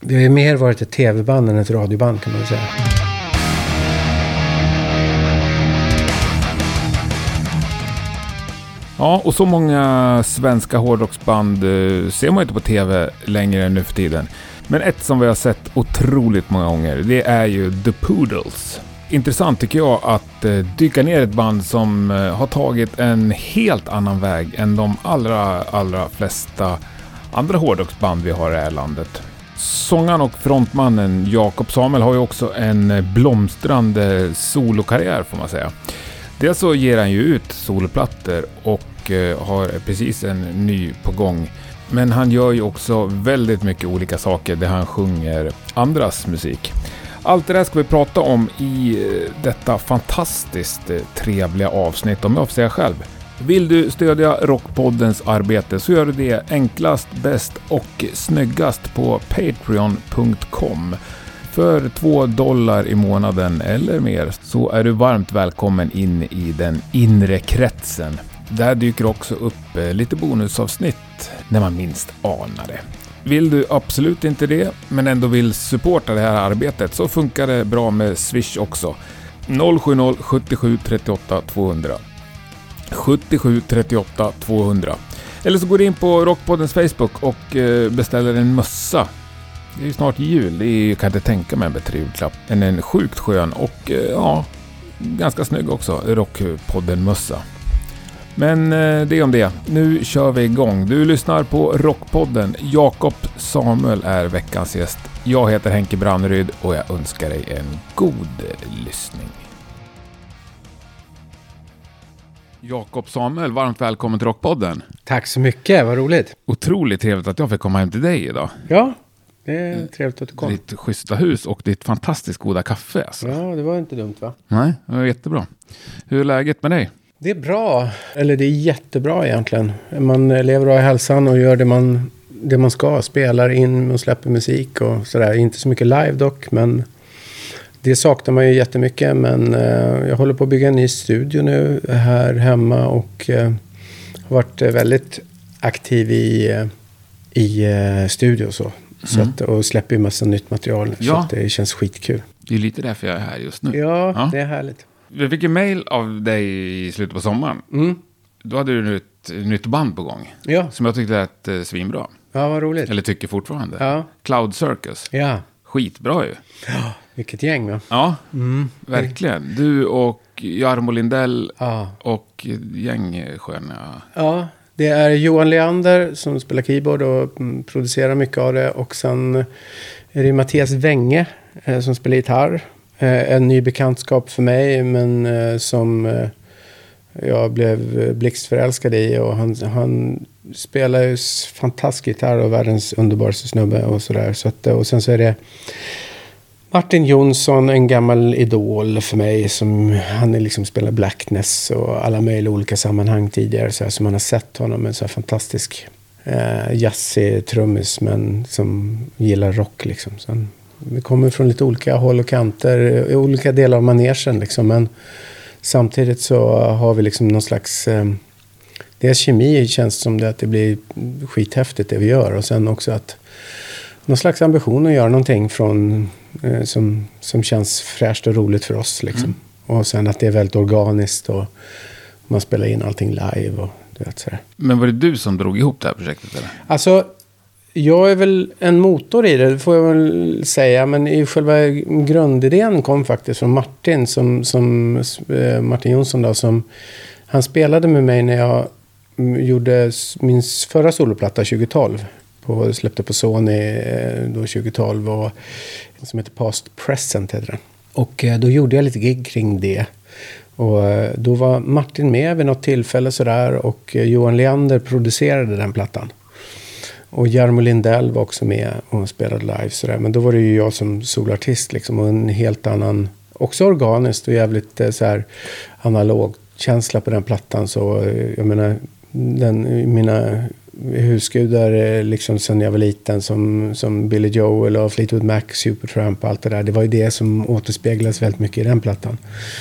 Vi har ju mer varit ett tv-band än ett radioband kan man säga. Ja, och så många svenska hårdrocksband ser man inte på tv längre än nu för tiden. Men ett som vi har sett otroligt många gånger, det är ju The Poodles. Intressant tycker jag att dyka ner ett band som har tagit en helt annan väg än de allra flesta andra hårdrocksband vi har i det här landet. Sångaren och frontmannen Jakob Samuel har ju också en blomstrande solokarriär får man säga. Dels så ger han ju ut soloplattor och har precis en ny på gång. Men han gör ju också väldigt mycket olika saker där han sjunger andras musik. Allt det där ska vi prata om i detta fantastiskt trevliga avsnitt om jag får säga själv. Vill du stödja Rockpoddens arbete så gör du det enklast, bäst och snyggast på patreon.com. För $2 i månaden eller mer så är du varmt välkommen in i den inre kretsen. Där dyker också upp lite bonusavsnitt när man minst anar det. Vill du absolut inte det men ändå vill supporta det här arbetet så funkar det bra med Swish också. 070 77 38 200 77 38 200. Eller så går du in på Rockpoddens Facebook och beställer en mössa. Det är ju snart jul, det är, kan jag inte tänka mig en bättre julklapp än en sjukt skön och ja, ganska snygg också Rockpodden-mössa. Men det är om det. Nu kör vi igång. Du lyssnar på Rockpodden. Jakob Samuel är veckans gäst. Jag heter Henke Branneryd och jag önskar dig en god lyssning. Jakob Samuel, varmt välkommen till Rockpodden. Tack så mycket, vad roligt. Otroligt trevligt att jag fick komma hem till dig idag. Ja, det är trevligt att du kom. Ditt schyssta hus och ditt fantastiskt goda kaffe. Alltså. Ja, det var inte dumt va? Nej, det var jättebra. Hur är läget med dig? Det är bra, eller det är jättebra egentligen. Man lever av hälsan och gör det man ska. Spelar in och släpper musik och sådär. Inte så mycket live dock, men det saknar man ju jättemycket. Men jag håller på att bygga en ny studio nu här hemma och har varit väldigt aktiv i studio så. Så att, och släpper ju massa nytt material. Ja. Så att det känns skitkul. Det är lite därför jag är här just nu. Ja, det är härligt. Vi fick en mail av dig i slutet på sommaren. Då hade du ett nytt band på gång. Ja. Som jag tyckte lät svinbra. Ja, vad roligt. Eller tycker fortfarande. Ja. Cloud Circus. Ja. Skitbra ju. Ja, vilket gäng va? Ja, verkligen. Du och Jarmo Lindell och gängsköna. Ja, det är Johan Leander som spelar keyboard och producerar mycket av det. Och sen är det Mattias Wenge som spelar gitarr. En ny bekantskap för mig men som jag blev blixtförälskad i. Och han spelar ju fantastisk gitarr och världens underbaraste snubbe och sådär. Så att, och sen så är det Martin Jonsson, en gammal idol för mig som han är liksom spelar Blackness och alla möjliga olika sammanhang tidigare så här, som man har sett honom en så här fantastisk jazzig trummis men som gillar rock liksom. Så vi kommer från lite olika håll och kanter i olika delar av manegen liksom, men samtidigt så har vi liksom någon slags deras kemi känns som det att det blir skithäftigt det vi gör och sen också att någon slags ambition att göra någonting från som känns fräscht och roligt för oss liksom. Och sen att det är väldigt organiskt och man spelar in allting live och du vet sådär. Men var det du som drog ihop det här projektet eller? Alltså jag är väl en motor i det får jag väl säga, men i själva grundidén kom faktiskt från Martin som Martin Jonsson då, som han spelade med mig när jag gjorde min förra soloplatta 2012 släppte på Sony då 2012 och som heter Past Present heter den. Och då gjorde jag lite gig kring det. Och då var Martin med vid något tillfälle sådär och Johan Leander producerade den plattan. Och Jarmo Lindell var också med och spelade live sådär. Men då var det ju jag som solartist liksom och en helt annan, också organiskt och jävligt så här analog känsla på den plattan. Så jag menar, mina husgudar liksom sen jag var liten som Billy Joel och Fleetwood Mac, Supertramp och allt det där. Det var ju det som återspeglas väldigt mycket i den plattan.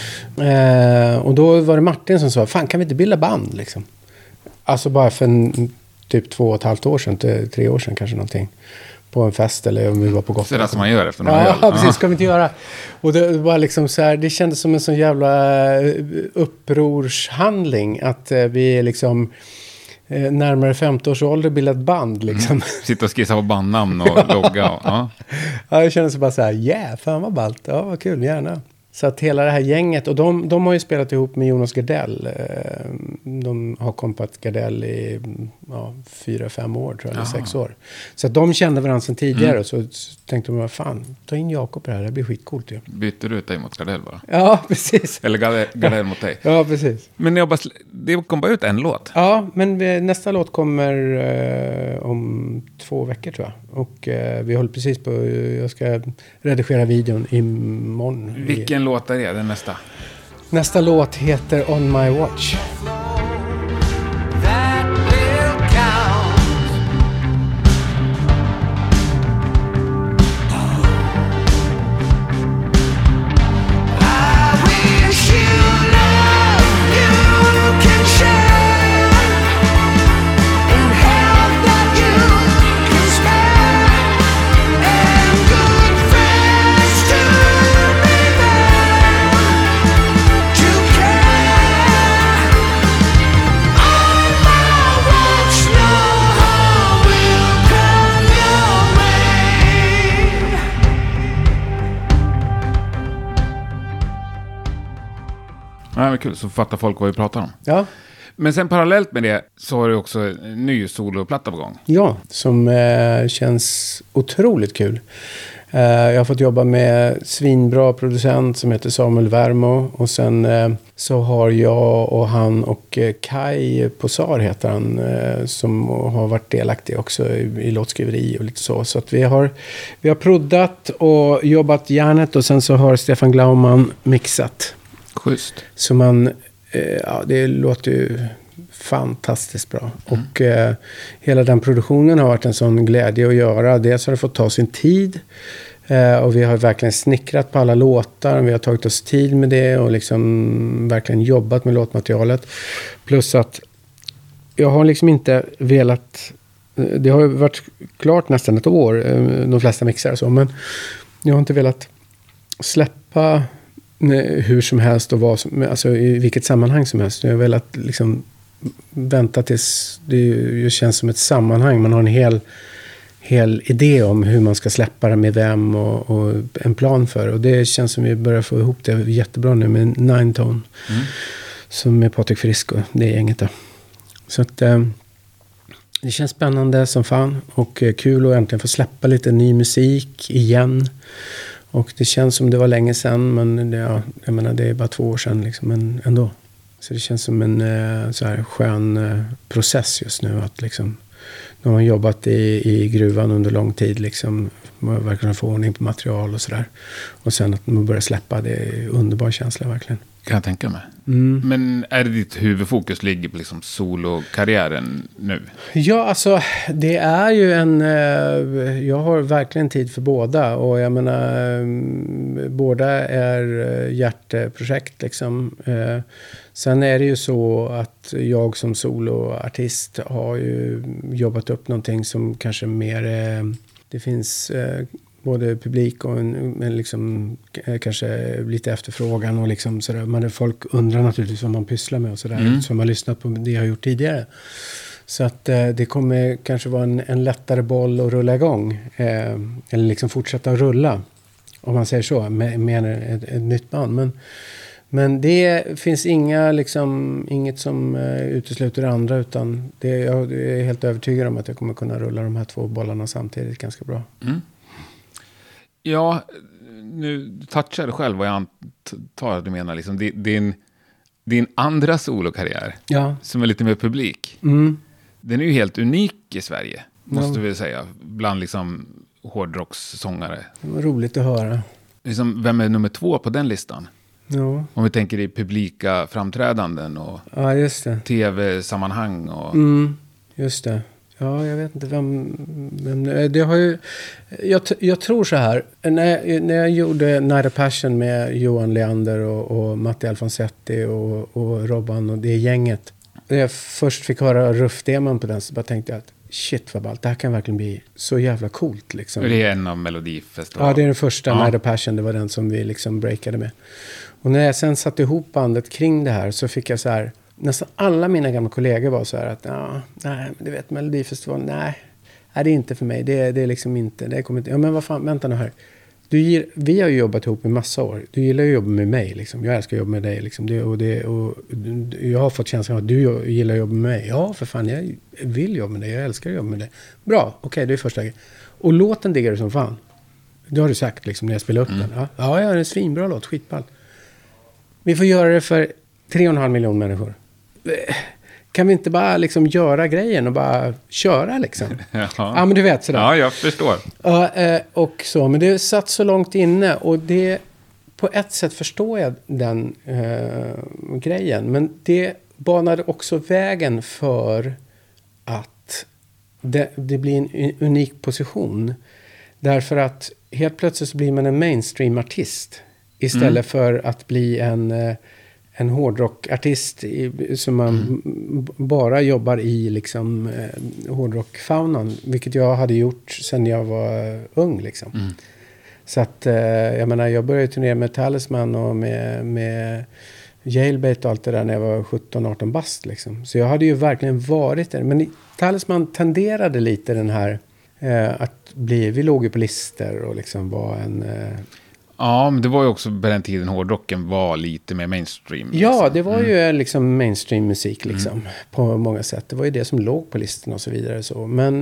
Och då var det Martin som sa, fan kan vi inte bilda band liksom? Alltså bara för typ 2,5 år sedan, 3 år sedan kanske någonting. på en fest eller om vi var på Gotland. Så det som man gör efter några öl. Ja, precis. Aha. Ska vi inte göra. Och det var liksom så här, det kändes som en sån jävla upprorshandling att vi liksom närmare 50 års ålder bildat band liksom. Sitta och skissa på bandnamn och logga. Ja. Ja, det kändes bara så här, fan vad ballt. Ja, vad kul, gärna. Så att hela det här gänget, och de har ju spelat ihop med Jonas Gardell. De har kompat Gardell i 4-5 år tror jag, eller 6 år. Så att de kände varandra sedan tidigare, och så tänkte de, fan, ta in Jakob här, det blir skitcoolt ju. Bytte du ut dig mot Gardell bara? Ja, precis. Eller Gardell mot dig? Ja, precis. Men det kom bara ut en låt. Ja, men nästa låt kommer om 2 veckor tror jag. Och vi håller precis på, jag ska redigera videon imorgon. Vilken låt är det, den nästa? Nästa låt heter On My Watch. Ja, men kul, så fattar folk vad vi pratar om. Ja. Men sen parallellt med det så har du också en ny soloplatta på gång. Ja, som känns otroligt kul. Jag har fått jobba med svinbra producent som heter Samuel Värmo. Och sen så har jag och han och Kai Posar heter han, som har varit delaktig också i låtskriveri och lite så. Så att vi har proddat och jobbat järnet, och sen så har Stefan Glaumann mixat. Schysst. Så det låter ju fantastiskt bra. Och hela den produktionen har varit en sån glädje att göra. Dels har det fått ta sin tid. Och vi har verkligen snickrat på alla låtar. Vi har tagit oss tid med det och liksom verkligen jobbat med låtmaterialet. Plus att jag har liksom inte velat... Det har varit klart nästan ett år, de flesta mixar och så. Men jag har inte velat släppa hur som helst och alltså i vilket sammanhang som helst. Jag har velat liksom vänta tills det känns som ett sammanhang. Man har en hel idé om hur man ska släppa det, med vem och en plan för. Och det känns som vi börjar få ihop det jättebra nu med Nine Tone. Som är Patrik Frisk och det är gänget där. Så att det känns spännande som fan och kul att äntligen få släppa lite ny musik igen. Och det känns som det var länge sedan, men jag menar, det är bara 2 år sedan liksom, men ändå. Så det känns som en så här skön process just nu, att liksom, när man jobbat i gruvan under lång tid liksom, man verkligen får ordning på material och sådär. Och sen att man börjar släppa, det är underbar känsla verkligen. Kan jag tänka mig. Men är det ditt huvudfokus ligger på liksom solokarriären nu? Ja, alltså det är ju jag har verkligen tid för båda. Och jag menar, båda är hjärteprojekt liksom. Sen är det ju så att jag som soloartist har ju jobbat upp någonting som kanske mer... det finns... både publik och en liksom, kanske lite efterfrågan och liksom sådär. Men folk undrar naturligtvis vad man pysslar med och sådär. Så man har lyssnat på det jag har gjort tidigare. Så att det kommer kanske vara en lättare boll att rulla igång. Eller liksom fortsätta att rulla. Om man säger så. Med ett nytt band. Men det finns inget som utesluter det andra. Utan jag är helt övertygad om att jag kommer kunna rulla de här 2 bollarna samtidigt ganska bra. Ja, nu touchar du själv vad jag antar att du menar. Liksom, din andra solokarriär, som är lite mer publik, den är ju helt unik i Sverige, måste vi säga, bland liksom hårdrockssångare. Det var roligt att höra. Liksom, vem är nummer 2 på den listan? Ja. Om vi tänker i publika framträdanden och just det. tv-sammanhang. Och... just det. Ja, jag vet inte vem det har ju... Jag tror så här. När jag gjorde Night of Passion med Johan Leander och Matti Alfonsetti och Robban och det gänget. När jag först fick höra ruffdeman på den, så bara tänkte jag att shit vad ballt, det här kan verkligen bli så jävla coolt liksom. Det är en av Melodifestivalen. Ja, det är den första, Night of Passion, det var den som vi liksom breakade med. Och när jag sen satte ihop bandet kring det här så fick jag så här, nästan alla mina gamla kollegor var så här att nej, men du vet, Melodifestivalen, nej, det är inte för mig, det är liksom inte, det kommer inte, ja men vad fan, vänta nu här. Vi har ju jobbat ihop i massa år. Du gillar ju att jobba med mig. Liksom. Jag älskar att jobba med dig. Liksom. Och jag har fått känslan att du gillar att jobba med mig. Ja, för fan. Jag vill jobba med dig. Jag älskar att jobba med dig. Bra. Okej, det är första grejen. Och låten diggar du som fan. Det har du sagt liksom, när jag spelar upp den. Ja, det är en svinbra låt. Skitball. Vi får göra det för 3,5 miljoner människor. Kan vi inte bara liksom göra grejen och bara köra liksom? Ja, men du vet sådär. Ja, jag förstår. Och så, men det satt så långt inne och det, på ett sätt förstår jag den grejen. Men det banade också vägen för att det blir en unik position. Därför att helt plötsligt så blir man en mainstream-artist istället för att bli en hårdrockartist som man bara jobbar i liksom hårdrockfaunan, vilket jag hade gjort sedan jag var ung liksom. Så att jag menar, jag började turnera med Talisman och med Jailbait och allt det där när jag var 17-18 bast liksom. Så jag hade ju verkligen varit där. Men Talisman tenderade lite den här att vi låg ju på lister och liksom var en Ja, men det var ju också på den tiden hårdrocken var lite mer mainstream. Liksom. Ja, det var ju liksom mainstream musik liksom, på många sätt. Det var ju det som låg på listan och så vidare. Så. Men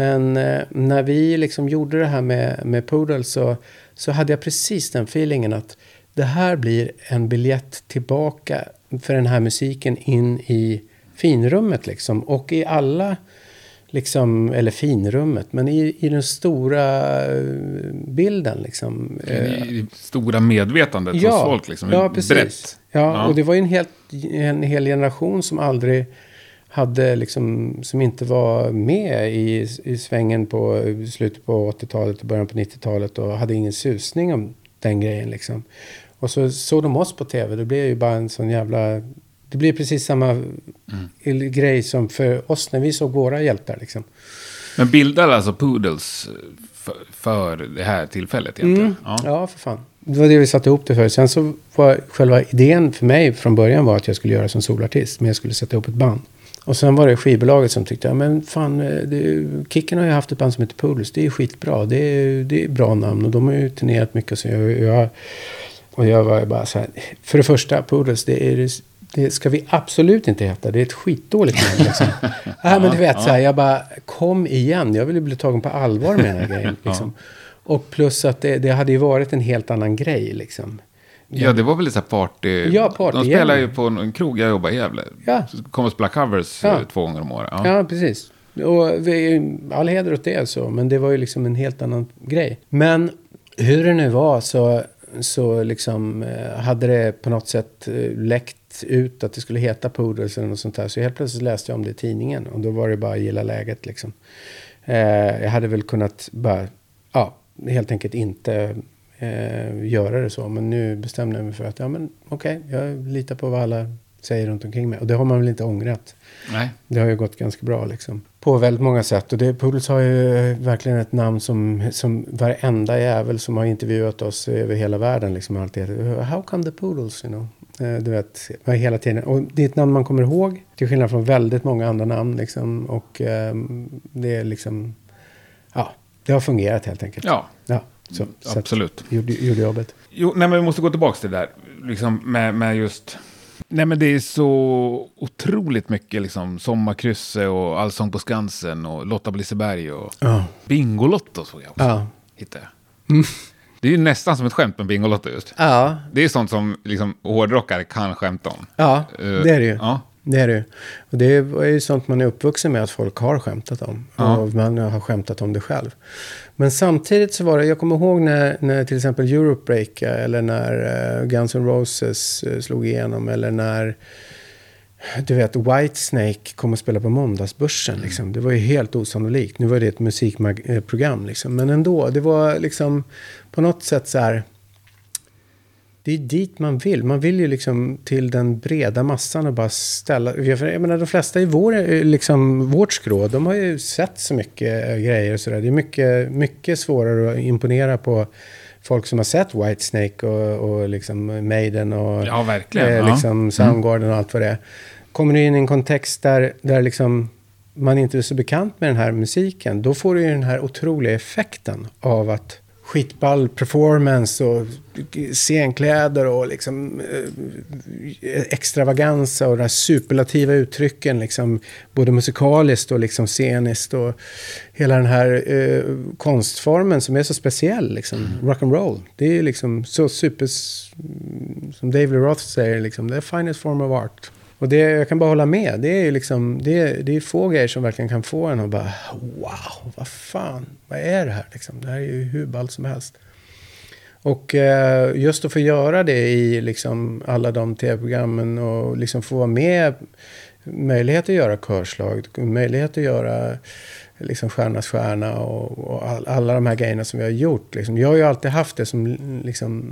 när vi liksom gjorde det här med Poodle så hade jag precis den feelingen att det här blir en biljett tillbaka för den här musiken in i finrummet liksom. Och i alla liksom, eller finrummet, men i den stora bilden liksom. I stora medvetandet hos folk liksom. Ja, precis. Brett. Ja, och det var ju en hel generation som aldrig hade liksom, som inte var med i svängen på slutet på 80-talet och början på 90-talet och hade ingen susning om den grejen liksom. Och så såg de oss på tv, det blev ju bara en sån jävla, det blir precis samma grej som för oss när vi såg våra hjältar liksom. Men bildade alltså Poodles för det här tillfället egentligen? Ja, för fan. Det var det vi satte ihop det för. Sen så var själva idén för mig från början var att jag skulle göra som solartist, men jag skulle sätta ihop ett band. Och sen var det skivbolaget som tyckte, ja men fan, Kicken har ju haft ett band som heter Poodles, det är skitbra, det är bra namn och de har ju turnerat mycket. Så jag var bara så här, för det första, Poodles, det ska vi absolut inte heta. Det är ett skitdåligt namn liksom. Men du vet så här, jag bara, kom igen. Jag ville bli tagen på allvar med den här grejen liksom. Och plus att det hade ju varit en helt annan grej liksom. Ja, det var väl lite party. Ja, party. De spelar ju på en krog, jag jobbar i Gävle. Ja. Kommer och spela covers 2 gånger om året. Ja, precis. Och all heder åt det så. Men det var ju liksom en helt annan grej. Men hur det nu var så liksom hade det på något sätt läckt ut att det skulle heta Poodles eller något sånt där. Så helt plötsligt läste jag om det i tidningen. Och då var det bara att gilla läget liksom. Jag hade väl kunnat bara, helt enkelt inte göra det så. Men nu bestämde jag mig för att, okej, jag litar på vad alla säger runt omkring mig. Och det har man väl inte ångrat. Nej. Det har ju gått ganska bra liksom. På väldigt många sätt. Och Poodles har ju verkligen ett namn som varenda jävel som har intervjuat oss över hela världen liksom alltid. How come the Poodles, you know? Du vet, hela tiden. Och det är ett namn man kommer ihåg. Till skillnad från väldigt många andra namn liksom. Och det är liksom, det har fungerat helt enkelt. Ja. Så absolut. Gjorde jobbet. Jo, nej, men vi måste gå tillbaka till det där. Liksom med just... Nej, men det är så otroligt mycket liksom Sommarkrysse och Allsång på Skansen och Lotta på Liseberg och Bingolotto såg jag också. Hittade jag. Det är ju nästan som ett skämt med Bingolotto just. Ja. Det är sånt som liksom hårdrockare kan skämta om. Ja, det är det ju. Ja. Det är det. Och det är ju sånt man är uppvuxen med att folk har skämtat om. Ja. Och man har skämtat om det själv. Men samtidigt så var det, jag kommer ihåg när till exempel Europe Break eller när Guns N' Roses slog igenom eller när du vet Whitesnake kom och spela på Måndagsbörsen liksom. Det var ju helt osannolikt. Nu var det ett musikprogram liksom. Men ändå, det var liksom på något sätt så här, det är dit man vill. Man vill ju liksom till den breda massan och bara ställa... Jag menar, de flesta i vårt skrå, de har ju sett så mycket grejer och sådär. Det är mycket svårare att imponera på folk som har sett Whitesnake och liksom Maiden och ja, verkligen. liksom Soundgarden och allt vad det är. Kommer du in i en kontext där liksom man inte är så bekant med den här musiken, då får du ju den här otroliga effekten av att skitball performance och scenkläder och liksom extravaganza och de här superlativa uttrycken liksom både musikaliskt och liksom sceniskt och hela den här konstformen som är så speciell liksom rock and roll. Det är ju liksom så super, som David Roth säger liksom, the finest form of art. Och det, jag kan bara hålla med. Det är ju liksom, det är få grejer som verkligen kan få en och bara, wow, vad fan, vad är det här liksom? Det här är ju hur ballt som helst. Och just att få göra det i liksom alla de tv-programmen och liksom få vara med, möjlighet att göra körslag, möjlighet att göra liksom Stjärnas stjärna och alla de här grejerna som vi har gjort. Liksom. Jag har ju alltid haft det som liksom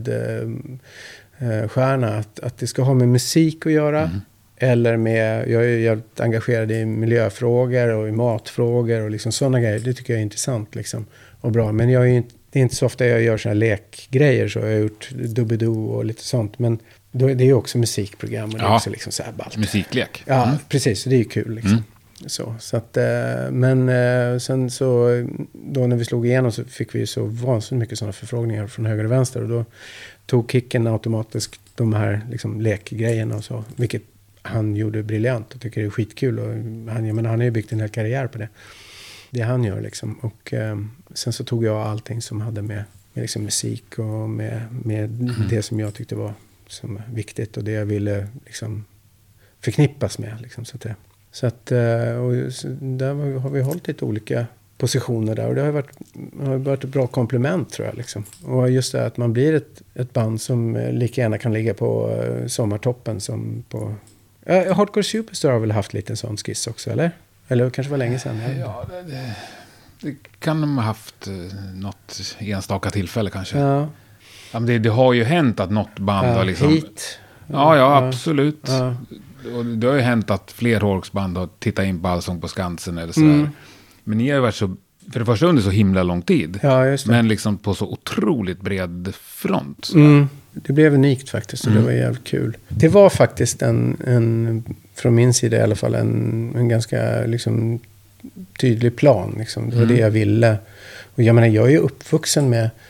stjärna, att det ska ha med musik att göra eller med, jag är engagerad i miljöfrågor och i matfrågor och liksom sådana grejer, det tycker jag är intressant liksom, och bra, men det är inte så ofta jag gör såna här lekgrejer, så jag har gjort Doobidoo och lite sånt, men det är ju också musikprogram och det är också liksom så här ballt. Musiklek. Ja, precis, det är ju kul liksom. Så att, men sen så då när vi slog igenom så fick vi så vansinnigt mycket sådana förfrågningar från höger och vänster, och då tog Kicken automatiskt de här liksom lekgrejerna och så, vilket han gjorde briljant och tycker det är skitkul, och han har ju byggt en hel karriär på det han gör liksom. Och sen så tog jag allting som hade med liksom musik och med det som jag tyckte var som viktigt och det jag ville liksom förknippas med liksom, så att och där har vi hållit lite olika positioner där, och det har varit ett bra komplement tror jag liksom. Och just det att man blir ett band som lika gärna kan ligga på sommartoppen som på Hardcore Superstar har väl haft lite en sån skiss också, eller kanske var länge sedan. Ja, det kan de ha haft något enstaka tillfälle kanske. Ja. Ja, men det har ju hänt att något band har liksom... Hit. Ja, absolut. Ja. Och det har ju hänt att fler Hårdrocksband har tittat in på Allsång på Skansen eller sådär. Men ni har ju varit så, för det första under så himla lång tid. Ja, just det. Men liksom på så otroligt bred front. Det blev unikt faktiskt, och det var jävligt kul. Det var faktiskt en från min sida i alla fall, en ganska liksom tydlig plan. Liksom. Det var det jag ville. Och jag menar, jag är ju uppvuxen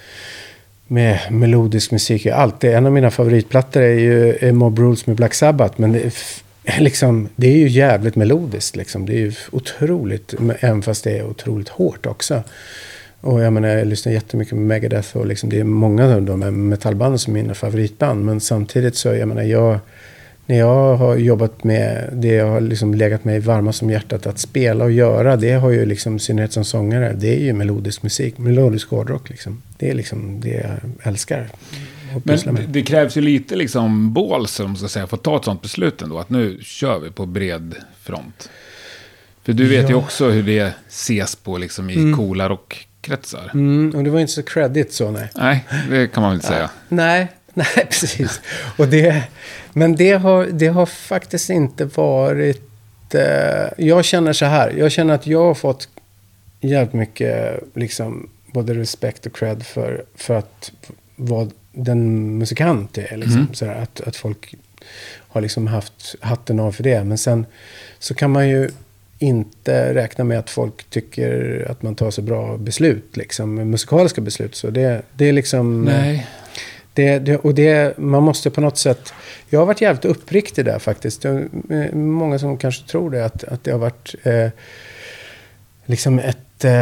med melodisk musik. En av mina favoritplattor är ju Mob Rules med Black Sabbath, men det är ju jävligt melodiskt liksom. Det är ju otroligt, även fast det är otroligt hårt också. Och jag menar, jag lyssnar jättemycket med Megadeth och liksom, det är många av de här metallbanden som är mina favoritband, men samtidigt så, jag menar, när jag har jobbat med det, jag har liksom legat mig varma som hjärtat att spela och göra, det har ju liksom, synnerhet som sångare, det är ju melodisk musik, melodisk hårdrock liksom. Det är liksom det jag älskar. Men det krävs ju lite liksom båls, om man ska säga, för att ta ett sånt beslut ändå, att nu kör vi på bred front. För du vet ju också hur det ses på liksom i coola rockkretsar. Och det var inte så credit så, nej. Nej, det kan man väl säga. Nej, precis. Och men det har faktiskt inte varit... jag känner så här. Jag känner att jag har fått jävligt mycket liksom, både respekt och cred för att vad den musikant är. Liksom, så här, att folk har liksom haft hatten av för det. Men sen så kan man ju inte räkna med att folk tycker att man tar så bra beslut. Liksom, musikaliska beslut. Så det är liksom... Nej. Man måste på något sätt... Jag har varit jävligt uppriktig där faktiskt. Många som kanske tror det, att det har varit liksom ett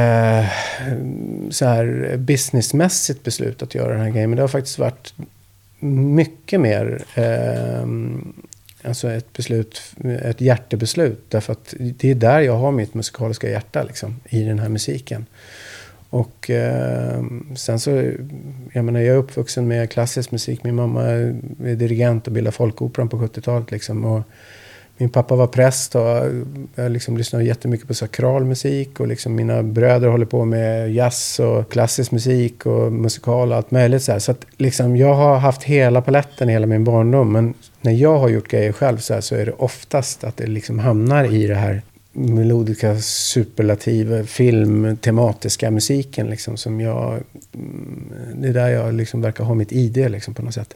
så här businessmässigt beslut att göra den här grejen. Men det har faktiskt varit mycket mer alltså ett hjärtebeslut. Därför att det är där jag har mitt musikaliska hjärta liksom, i den här musiken. Och sen så, jag menar, jag är uppvuxen med klassisk musik. Min mamma är dirigent och bildade folkoperan på 70-talet liksom. Min pappa var präst och jag liksom lyssnade jättemycket på sakral musik. Och liksom mina bröder håller på med jazz och klassisk musik och musikal och allt möjligt. Så att liksom jag har haft hela paletten i hela min barndom. Men när jag har gjort grejer själv så är det oftast att det liksom hamnar i det här melodiska, superlativa, filmtematiska musiken liksom, som jag... Det är där jag liksom verkar ha mitt ID liksom, på något sätt.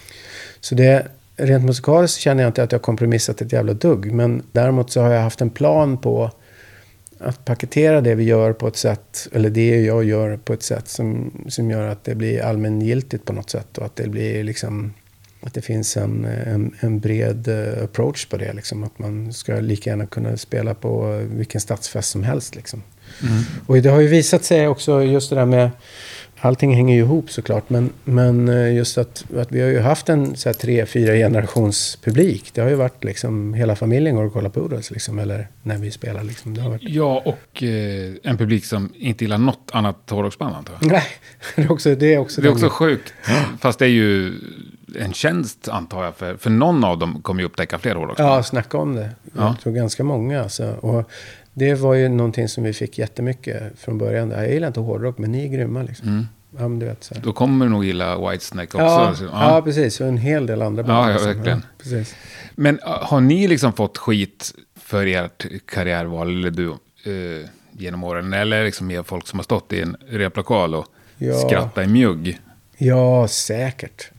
Så det... Rent musikaliskt känner jag inte att jag har kompromissat ett jävla dugg. Men däremot så har jag haft en plan på att paketera det vi gör på ett sätt, eller det jag gör på ett sätt som gör att det blir allmängiltigt på något sätt. Och att det blir liksom, att det finns en bred approach på det. Liksom. Att man ska lika gärna kunna spela på vilken stadsfest som helst. Liksom. Mm. Och det har ju visat sig också just det där med... Allting hänger ju ihop såklart, men just att vi har ju haft en så här 3-4 generationspublik. Det har ju varit liksom hela familjen går och kollar på oss liksom, eller när vi spelar liksom. Det har varit... Ja, och en publik som inte gillar något annat hårdrocksband, antar jag. Nej, det är också sjukt. Fast det är ju en tjänst, antar jag, för någon av dem kommer ju upptäcka fler hårdrocksband. Ja, snacka om det. Jag tror ganska många alltså. Och det var ju någonting som vi fick jättemycket från början. Jag gillar inte hårdrock, men ni är grymma liksom. Mm. Ja, men du vet, så här. Då kommer du nog gilla Whitesnake också. Ja, precis. Och en hel del andra band. Ja, verkligen. Ja, precis. Men har ni liksom fått skit för ert karriärval, eller du, genom åren? Eller liksom mer folk som har stått i en replokal och skrattat i mjugg? Ja, säkert.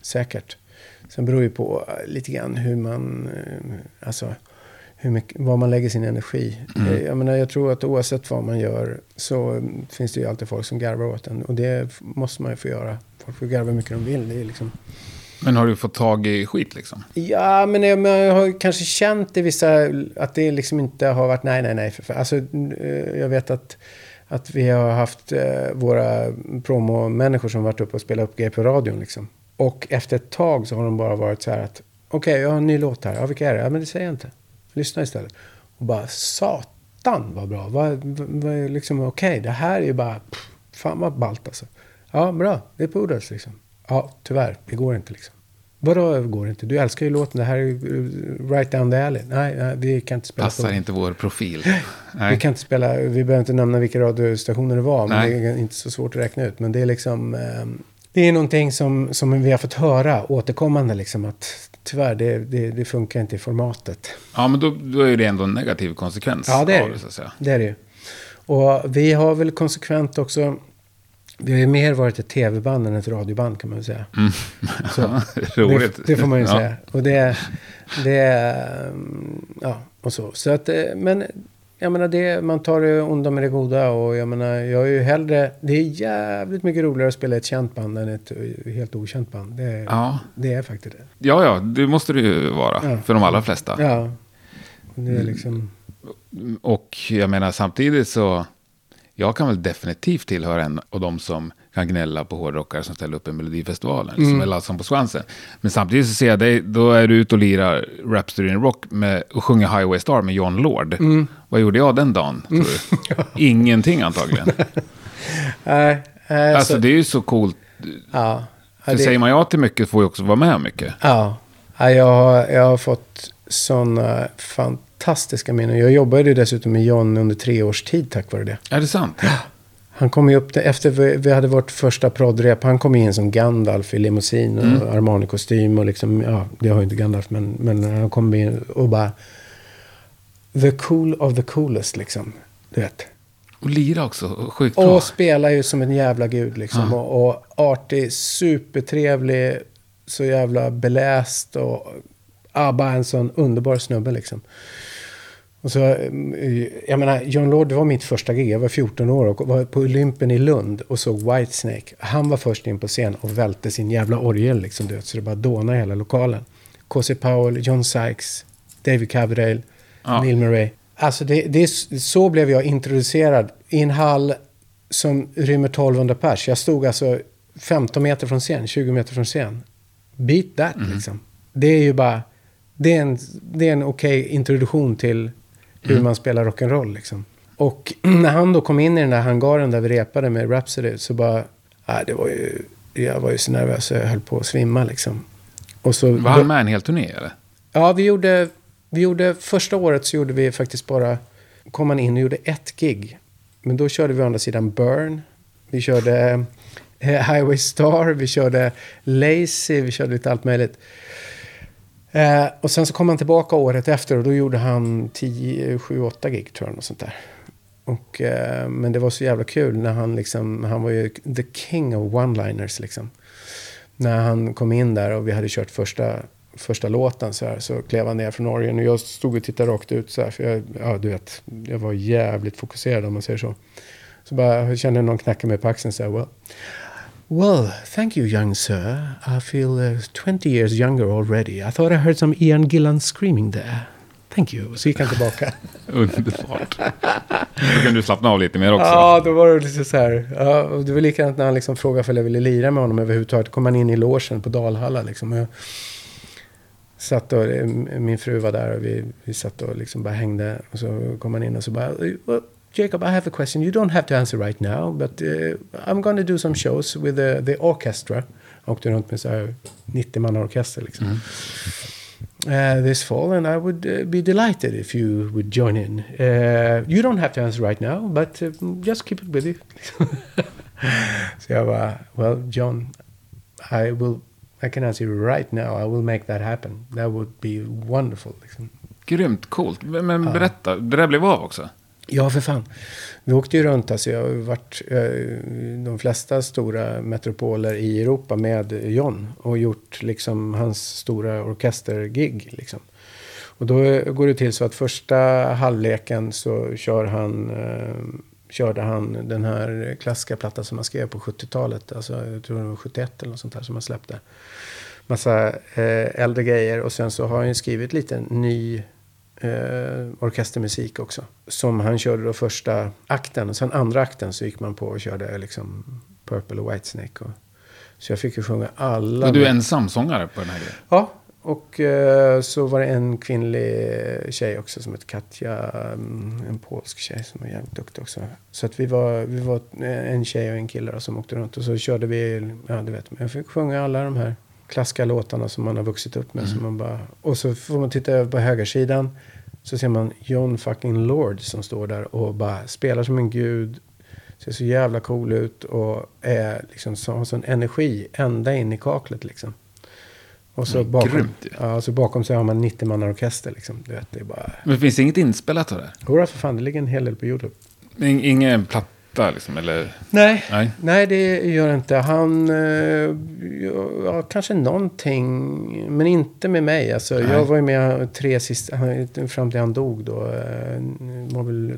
Sen beror ju på lite grann hur man... Alltså... vad man lägger sin energi. Jag tror att oavsett vad man gör så finns det ju alltid folk som garvar åt en. Och det måste man ju få göra. Folk får garva hur mycket de vill. Det är liksom... Men har du fått tag i skit liksom? Ja, men jag har kanske känt i vissa... Att det liksom inte har varit nej. Alltså, jag vet att vi har haft våra promomänniskor som varit uppe och spelat upp grejer på radion liksom. Och efter ett tag så har de bara varit så här att okej, jag har en ny låt här. Ja, vilka är det? Ja, men det säger jag inte. Lyssna istället. Och bara, satan vad bra. Vad liksom, okej, det här är ju bara, fan vad ballt alltså. Ja, bra. Det är Poodles liksom. Ja, tyvärr. Det går inte liksom. Vadå går inte? Du älskar ju låten. Det här är right down the alley. Nej, vi kan inte spela. Passar inte vår profil. Nej. Vi kan inte spela. Vi behöver inte nämna vilka radiostationer det var. Men det är inte så svårt att räkna ut. Men det är liksom... det är någonting som vi har fått höra återkommande liksom att tyvärr, det funkar inte i formatet. Ja, men då är det ändå en negativ konsekvens. Ja, det är av det, så att säga. Det är det ju. Och vi har väl konsekvent också... Vi har ju mer varit ett tv-band än ett radioband, kan man väl säga. Mm. Så, roligt. Det får man ju säga. Och det ja, och så. Så att, men jag menar, man tar det onda med det goda. Och jag menar, jag är ju hellre... Det är jävligt mycket roligare att spela ett känt band än ett helt okänt band. Det är faktiskt det. Ja, det måste det ju vara. För de allra flesta. Ja. Det är liksom... Och jag menar, samtidigt så... Jag kan väl definitivt tillhöra en av de som kan gnälla på hårdrockare som ställer upp i Melodifestivalen. Som är Lassan på svansen. Men samtidigt så ser jag dig, då är du ute och lirar Rhapsody in Rock och sjunger Highway Star med Jon Lord. Vad gjorde jag den dagen, tror du? Ingenting antagligen. Alltså det är ju så coolt. Ja. För säger man ja till mycket får ju också vara med mycket. Ja. Jag har fått sådana fantastiska minnen. Jag jobbade ju dessutom med John under 3 års tid tack vare det. Är det sant? Ja. Han kom ju upp efter vi hade vårt första proddrep. Han kom in som Gandalf i limousin och Armani-kostym och liksom, ja, det har ju inte Gandalf, men han kom in och bara the cool of the coolest liksom, du vet. Och lira också, sjukt bra. Och spelar ju som en jävla gud liksom. Och artig, supertrevlig, så jävla beläst och bara en sån underbar snubbe liksom. Och så, jag menar, Jon Lord, det var mitt första gig. Jag var 14 år och var på Olympen i Lund och såg Whitesnake. Han var först in på scen och välte sin jävla orgel liksom, du vet, så det bara dånade hela lokalen. Cozy Powell, John Sykes, David Coverdale, Neil Murray. Alltså så blev jag introducerad i en hall som rymmer 1200 pers. Jag stod alltså 15 meter från scen, 20 meter från scen. Beat that liksom. Det är ju bara, det är en okej introduktion till hur man spelar rock'n'roll liksom. Och när han då kom in i den där hangaren där vi repade med Rhapsody, så bara, jag var ju så nervös så jag höll på att svimma liksom. Och så, var han med en hel turné eller? Ja, vi gjorde Vi gjorde, första året så gjorde vi faktiskt bara, kom man in och gjorde ett gig. Men då körde vi å andra sidan Burn. Vi körde Highway Star, vi körde Lazy, vi körde lite allt möjligt. Och sen så kom han tillbaka året efter och då gjorde han 7-8 gig tror jag, och sånt där. Och, men det var så jävla kul när han liksom, han var ju the king of one-liners liksom. När han kom in där och vi hade kört första låten så klev han ner från orgeln och jag stod och tittade rakt ut så här, för jag var jävligt fokuserad om man säger så. Så bara jag kände någon knacka mig på axeln så här, well, thank you young sir. I feel 20 years younger already. I thought I heard some Ian Gillan screaming there. Thank you. Så gick han tillbaka. Underbart. Då kan du slappna av lite mer också. Ja, då var det lite så här. Ja, och det var likadant när han liksom frågade om jag ville lira med honom överhuvudtaget. Kom han in i logen på Dalhalla liksom. Och jag satt och min fru var där och vi satt och liksom bara hängde. Och så kom han in och så bara, well, Jacob, I have a question. You don't have to answer right now, but I'm going to do some shows with the orchestra. Jag åkte runt med så här 90-man-orkester liksom. This fall, and I would be delighted if you would join in. You don't have to answer right now, but just keep it with you. Så jag bara, well, John, I can answer you right now. I will make that happen. That would be wonderful. Liksom. Grymt, coolt. Men berätta, det där blev av också? Ja, för fan. Vi åkte ju runt, alltså jag har varit de flesta stora metropoler i Europa med John och gjort liksom hans stora orkestergig liksom. Och då går det till så att första halvleken så körde han den här klassiska plattan som han skrev på 70-talet, alltså jag tror det var 71 eller något sånt där som han släppte. Massa äldre grejer och sen så har han skrivit lite ny orkestermusik också. Som han körde då första akten. Och sen andra akten så gick man på och körde liksom Purple och Whitesnake. Så jag fick ju sjunga alla. Och du är ensam sångare på den här grejen? Ja. Och så var det en kvinnlig tjej också som heter Katja. En polsk tjej som var jävligt duktig också. Så att vi var en tjej och en kille som åkte runt. Och så körde vi, ja du vet. Jag fick sjunga alla de här klassiska låtarna som man har vuxit upp med. Som man bara, och så får man titta över på högersidan. Så ser man John fucking Lord som står där och bara spelar som en gud. Ser så jävla cool ut och är liksom har sån energi ända in i kaklet liksom. Och så bakom sig har man 90-man-orkester liksom. Du vet, det är bara... Men finns det inget inspelat av det? Jodå, för fan, det ligger en hel del på YouTube. Ingen platta liksom, eller? Nej, det gör inte. Han, kanske någonting, men inte med mig. Alltså, jag var ju med 3 sista, fram till han dog då. Det var väl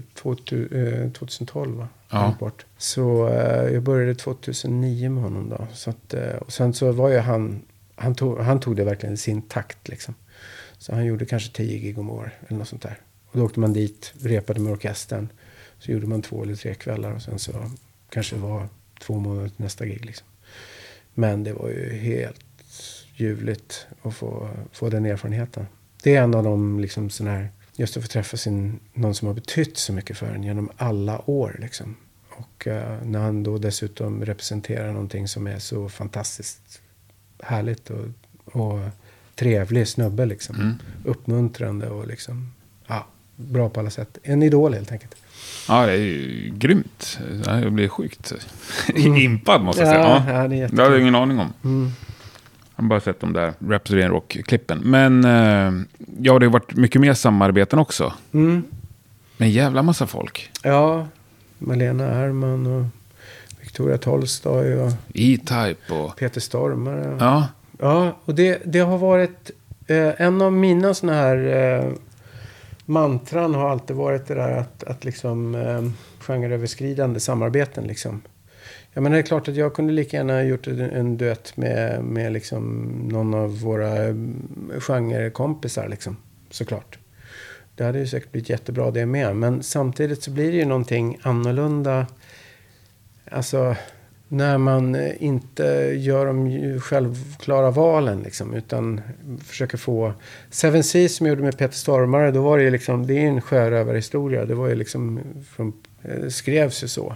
2012 va? Ja. Bort. Så jag började 2009 med honom då. Så att, och sen så var ju han tog det verkligen i sin takt liksom. Så han gjorde kanske 10 gig om år eller något sånt där. Och då åkte man dit, repade med orkestern. Så gjorde man 2 eller 3 kvällar och sen så kanske det var 2 månader till nästa gig liksom. Men det var ju helt ljuvligt att få den erfarenheten. Det är en av de liksom sån här, just att få träffa någon som har betytt så mycket för en genom alla år liksom. Och när han då dessutom representerar någonting som är så fantastiskt härligt och trevlig snubbe liksom. Uppmuntrande och liksom, ja, bra på alla sätt. En idol helt enkelt. Ja, det är ju grymt. Jag blir sjukt impad måste jag säga. Ja, det är det har jag ingen aning om. Jag har bara sett de där Rhapsody in Rock-klippen. Men ja, det har varit mycket mer samarbeten också. Med jävla massa folk. Ja, Malena Ärman och Victoria Tolstoy och E-Type och Peter Stormare. Ja, och det har varit en av mina såna här mantran har alltid varit det där att liksom genreöverskridande samarbeten liksom. Jag menar det är klart att jag kunde lika gärna gjort en duett med liksom någon av våra genrekompisar liksom, såklart. Det hade ju säkert blivit jättebra det med, men samtidigt så blir det ju någonting annorlunda. Alltså när man inte gör de självklara valen liksom, utan försöker få Seven Seas som jag gjorde med Peter Stormare, då var det ju liksom, det är en sjörövarhistoria, det var ju liksom skrevs ju så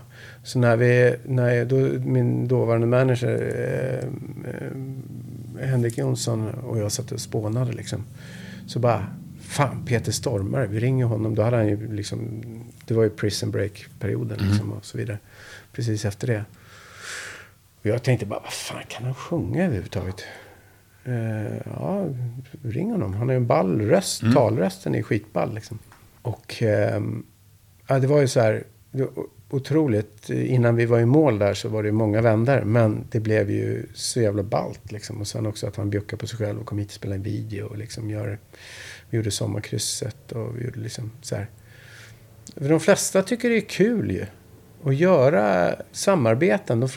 när min dåvarande manager Henrik Jonsson och jag satt och spånade liksom, så bara fan, Peter Stormare, vi ringer honom. Då hade han ju liksom, det var ju Prison Break-perioden liksom, och så vidare. Precis efter det. Och jag tänkte bara, vad fan, kan han sjunga överhuvudtaget? Ja, ring honom. Han har ju en ball röst. Talrösten är skitball liksom. Och ja, det var ju så här otroligt. Innan vi var i mål där så var det många vändor. Men det blev ju så jävla ballt liksom. Och sen också att han bjuckade på sig själv och kom hit och spelade en video. Och liksom vi gjorde sommarkrysset och vi gjorde liksom så här. De flesta tycker det är kul ju. Att göra samarbeten.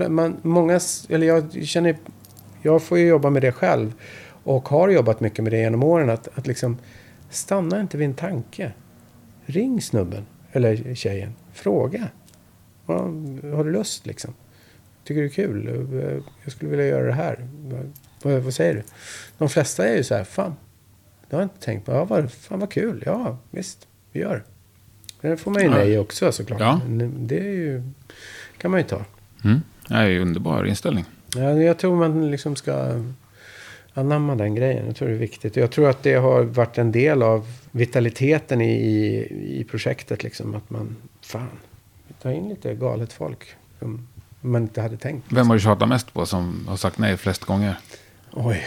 Jag får ju jobba med det själv. Och har jobbat mycket med det genom åren. Att liksom stanna inte vid en tanke. Ring snubben. Eller tjejen. Fråga. Ja, har du lust liksom? Tycker du det är kul? Jag skulle vilja göra det här. Vad säger du? De flesta är ju så här. Fan. Det har jag inte tänkt på. Ja, vad kul. Ja, visst. Vi gör. Det får man ju nej också såklart. Ja. Men det är ju, kan man ju ta. Det är ju underbar inställning. Ja, jag tror man liksom ska anamma den grejen. Jag tror det är viktigt. Jag tror att det har varit en del av vitaliteten i projektet. Liksom, att man, tar in lite galet folk som man inte hade tänkt. Vem har du tjatat mest på som har sagt nej flest gånger? Oj.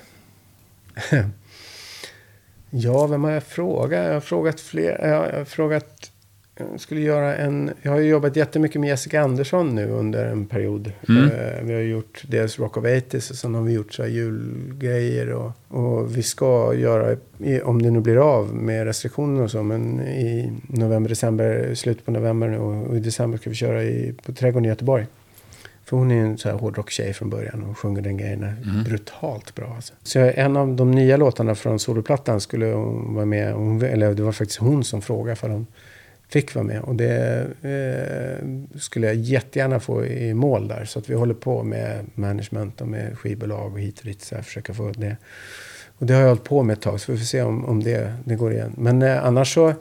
Ja, vem har jag frågat? Jag har frågat fler. Jag har frågat... Jag har ju jobbat jättemycket med Jessica Andersson nu under en period. Vi har gjort dels Rock of 80s och sen har vi gjort så här julgrejer. Och vi ska göra, om det nu blir av med restriktioner och så, men i november, december, slutet på november nu, och i december ska vi köra på Trädgården i Göteborg. För hon är en så här hårdrock-tjej från början och sjunger den grejen brutalt bra. Alltså. Så en av de nya låtarna från soloplattan skulle hon vara med. Eller det var faktiskt hon som frågade för hon fick vara med. Och det skulle jag jättegärna få i mål där. Så att vi håller på med management och med skivbolag och hit och dit. Så här, försöka få det. Och det har jag hållit på med ett tag. Så vi får se om det går igen. Men annars så...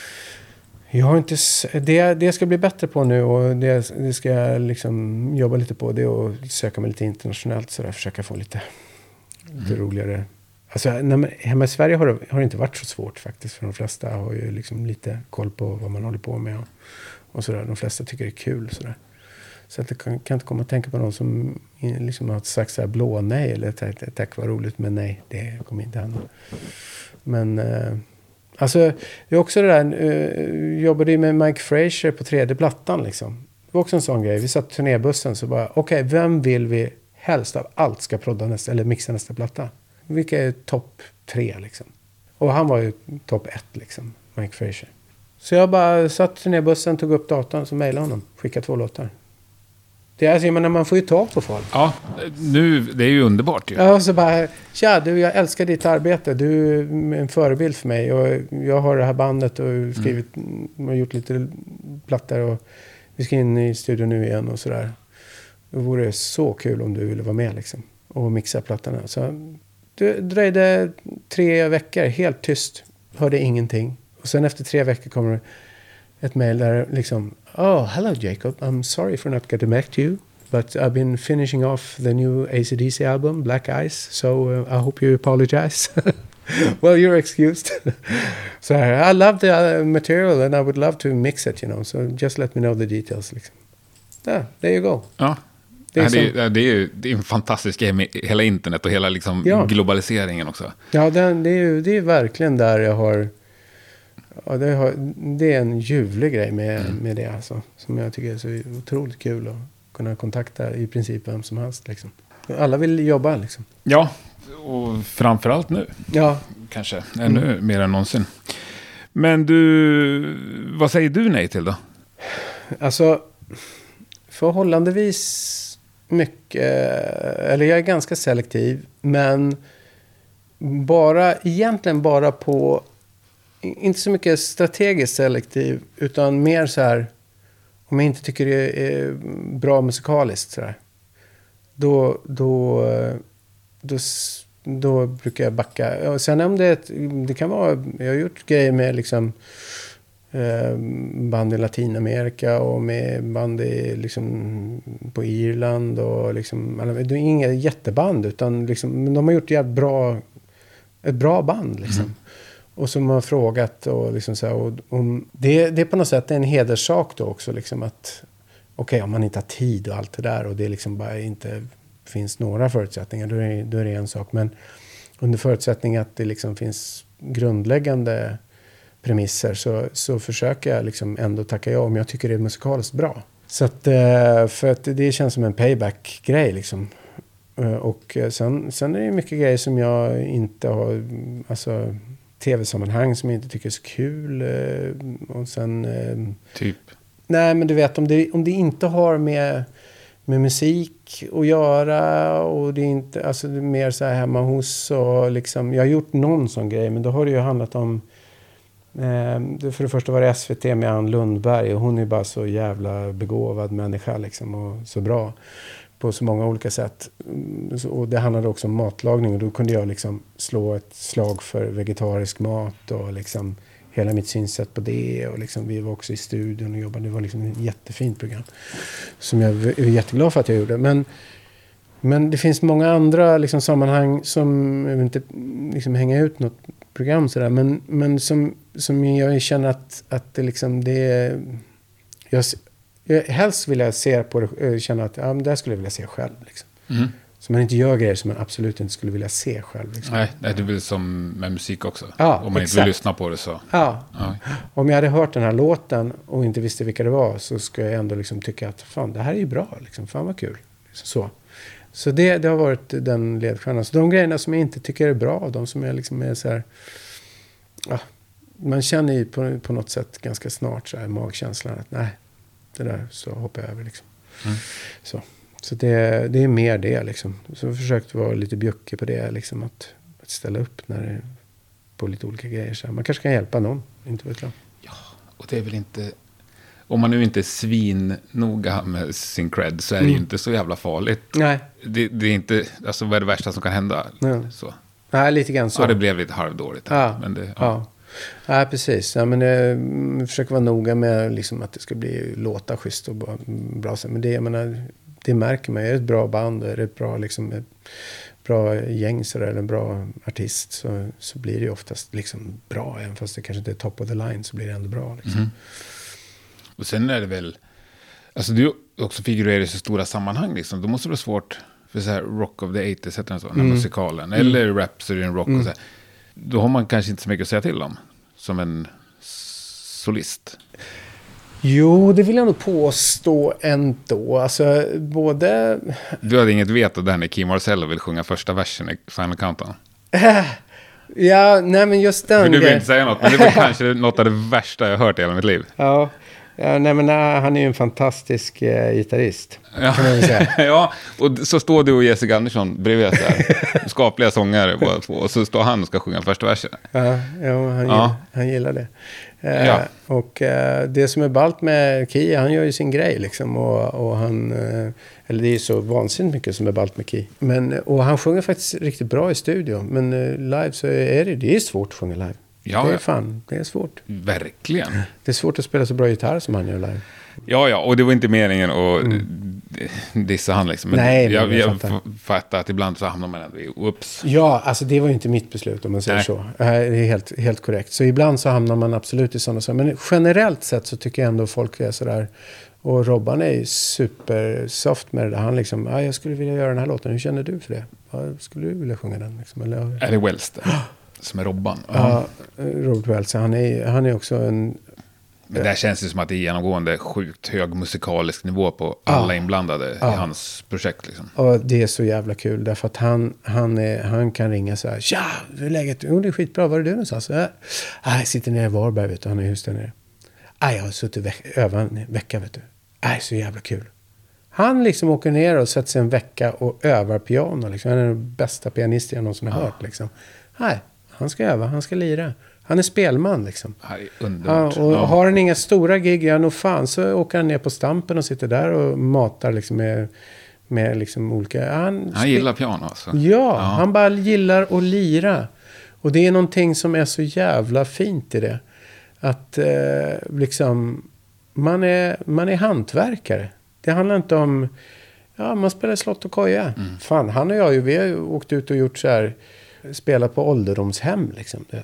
Jag har inte... Det ska bli bättre på nu. Och det ska jag liksom jobba lite på. Det och söka mig lite internationellt. Så där, försöka få lite roligare... Alltså, hemma i Sverige har det inte varit så svårt faktiskt. För de flesta har ju liksom lite koll på vad man håller på med. Och sådär. De flesta tycker det är kul. Sådär. Så att det kan inte komma att tänka på någon som liksom har sagt så här blå nej. Eller tack var roligt, men nej. Det kommer inte hända. Men... Alltså, det är också det där... jobbade ju med Mike Frazier på 3D plattan liksom. Det var också en sån grej. Vi satt i turnébussen så bara... Okej, vem vill vi helst av allt ska prodda nästa... Eller mixa nästa platta? Vilka är topp 3 liksom? Och han var ju topp 1 liksom. Mike Frazier. Så jag bara satt i turnébussen, tog upp datorn, så mejlade honom. Skickade 2 låtar. Det är alltså, men man får ju tag på folk. Ja, det är ju underbart ju. Ja, så bara, tja du, jag älskar ditt arbete. Du är en förebild för mig. Och jag har det här bandet och skrivit, och gjort lite plattor. Och vi ska in i studion nu igen och sådär. Det vore så kul om du ville vara med liksom. Och mixa plattorna. Så det dröjde 3 veckor, helt tyst. Hörde ingenting. Och sen efter 3 veckor kommer ett mejl där liksom... Oh, hello Jacob. I'm sorry for not getting back to you. But I've been finishing off the new AC/DC album, Black Ice. So I hope you apologize. Well, you're excused. So I love the material and I would love to mix it, you know. So just let me know the details. Liksom. Yeah, there you go. Ja. Det är en fantastisk grej med hela internet och hela liksom globaliseringen också. Ja, det är verkligen där jag har... Ja, det är en ljuvlig grej med det alltså, som jag tycker är så otroligt kul att kunna kontakta i princip vem som helst liksom. Alla vill jobba liksom. Ja, och framförallt nu. Ja. Kanske ännu mer än någonsin. Men du, vad säger du nej till då? Alltså, förhållandevis mycket, eller jag är ganska selektiv, men egentligen bara på, inte så mycket strategiskt selektiv, utan mer så här, om jag inte tycker det är bra musikaliskt så där, då brukar jag backa. Och sen om det kan vara, jag har gjort grejer med liksom band i Latinamerika och med band i, liksom, på Irland och liksom, det är inga jätteband utan liksom, men de har gjort ett bra band liksom. Och som har frågat och liksom så här, och det är på något sätt en hederssak då också liksom att okej, om man inte har tid och allt det där och det liksom bara inte finns några förutsättningar, då är det en sak. Men under förutsättning att det liksom finns grundläggande premisser så försöker jag liksom ändå tacka ja om jag tycker det är musikaliskt bra. Så att, för att det känns som en payback-grej liksom. Och sen är det mycket grejer som jag inte har, alltså tv-sammanhang som jag inte tycker är så kul. Och sen... Typ? Nej, men du vet, om det inte har med musik att göra och det är inte, alltså det är mer så här hemma hos och liksom, jag har gjort någon sån grej, men då har det ju handlat om för det första var det SVT med Ann Lundberg och hon är bara så jävla begåvad människa liksom och så bra på så många olika sätt. Och det handlade också om matlagning och då kunde jag liksom slå ett slag för vegetarisk mat och liksom hela mitt synsätt på det och liksom vi var också i studion och jobbade. Det var liksom ett jättefint program som jag är jätteglad för att jag gjorde. Men det finns många andra liksom sammanhang som jag vill inte liksom hänga ut något program sådär, men som jag känner att det liksom det är, jag helst vill jag se på det, känna att men där skulle jag vilja se själv liksom. Så man inte gör grejer som man absolut inte skulle vilja se själv liksom. Nej, det är väl som med musik också. Ja, om man exakt. inte vill lyssna på det så. Ja. Om jag hade hört den här låten och inte visste vilka det var så skulle jag ändå liksom tycka att fan, det här är ju bra liksom, fan vad kul. Så det har varit den ledstjärnan. Så de grejerna som jag inte tycker är bra, de som jag liksom är så här, man känner ju på något sätt ganska snart så här magkänslan att nej, det där så hoppar jag över liksom. Så det är mer det liksom. Så jag försökt vara lite bjuckig på det liksom, att ställa upp när det, på lite olika grejer så här. Man kanske kan hjälpa någon, inte vet jag. Ja, och det är väl inte, om man nu inte är svinnoga med sin cred så är det ju inte så jävla farligt. Nej. Det är inte, alltså vad är det värsta som kan hända? Så. Nej, lite grann så. Ja, det blev lite halvdåligt. Men det, ja, precis. Ja, men jag försöker vara noga med liksom, att det ska bli låta schysst och bra. Men det, jag menar, det märker man. Är det ett bra band, är det ett bra, liksom, ett bra gäng så där, eller en bra artist så blir det ju oftast liksom bra. Även fast det kanske inte är top of the line så blir det ändå bra. Liksom. Och sen är det väl, alltså du också figurerar i så stora sammanhang liksom. Då måste det vara svårt för så här Rock of the 80s heter den så, den här musikalen. Eller Rhapsody in Rock och så här. Då har man kanske inte så mycket att säga till om som en solist. Jo, det vill jag nog påstå ändå. Alltså, både... Du hade inget veto där när Key Marcello vill sjunga första versen i Final Countdown. Ja, nej men just den... För du vill inte säga något, men det var kanske något av det värsta jag hört i hela mitt liv. Ja, nej men han är ju en fantastisk gitarrist. Kan man väl säga. Ja, och så står du och Jessica Andersson bredvid så här. Skapliga sångare båda två. Och så står han och ska sjunga första versen. Han gillar det. Och det som är ballt med Key, han gör ju sin grej liksom. Och han, eller det är så vansinnigt mycket som är ballt med Key. Och han sjunger faktiskt riktigt bra i studion. Men live så är det är svårt att sjunga live. Ja, det är svårt. Verkligen. Det är svårt att spela så bra gitarr som han gör live. Ja, och det var inte meningen att dissa han liksom. Men nej, jag fattar att ibland så hamnar man ändå i ups. Ja, alltså det var ju inte mitt beslut om man säger så. Det är helt korrekt. Så ibland så hamnar man absolut i sådana saker. Men generellt sett så tycker jag ändå folk är sådär. Och Robban är ju supersoft med det där. Han liksom, jag skulle vilja göra den här låten. Hur känner du för det? Skulle du vilja sjunga den? Liksom? Eller, är det Wells som är Robban? Ja, Robert Wells. Han är också en... Men där känns det som att det är genomgående sjukt hög musikalisk nivå på alla inblandade i hans projekt. Liksom. Och det är så jävla kul. Därför att han kan ringa så här. Tja, hur är läget? Jo, det är skitbra. Var är du någonstans? Jag sitter nere i Varberg, vet du. Han är hus där nere. Jag har suttit över en vecka, vet du. Så jävla kul. Han liksom åker ner och sätter sig en vecka och övar piano. Liksom. Han är den bästa pianisten jag någonsin har hört. Liksom. Han ska öva, han ska lira. Han är spelman liksom. Underbart. Har han inga stora gig, nog fan så åker han ner på Stampen och sitter där och matar liksom med liksom olika... Han gillar piano alltså. Ja, han bara gillar att lira. Och det är någonting som är så jävla fint i det. Att liksom man är hantverkare. Det handlar inte om... Ja, man spelar slott och koja. Fan, han och jag vi har ju åkt ut och gjort så här... Spelat på ålderdomshem liksom, det.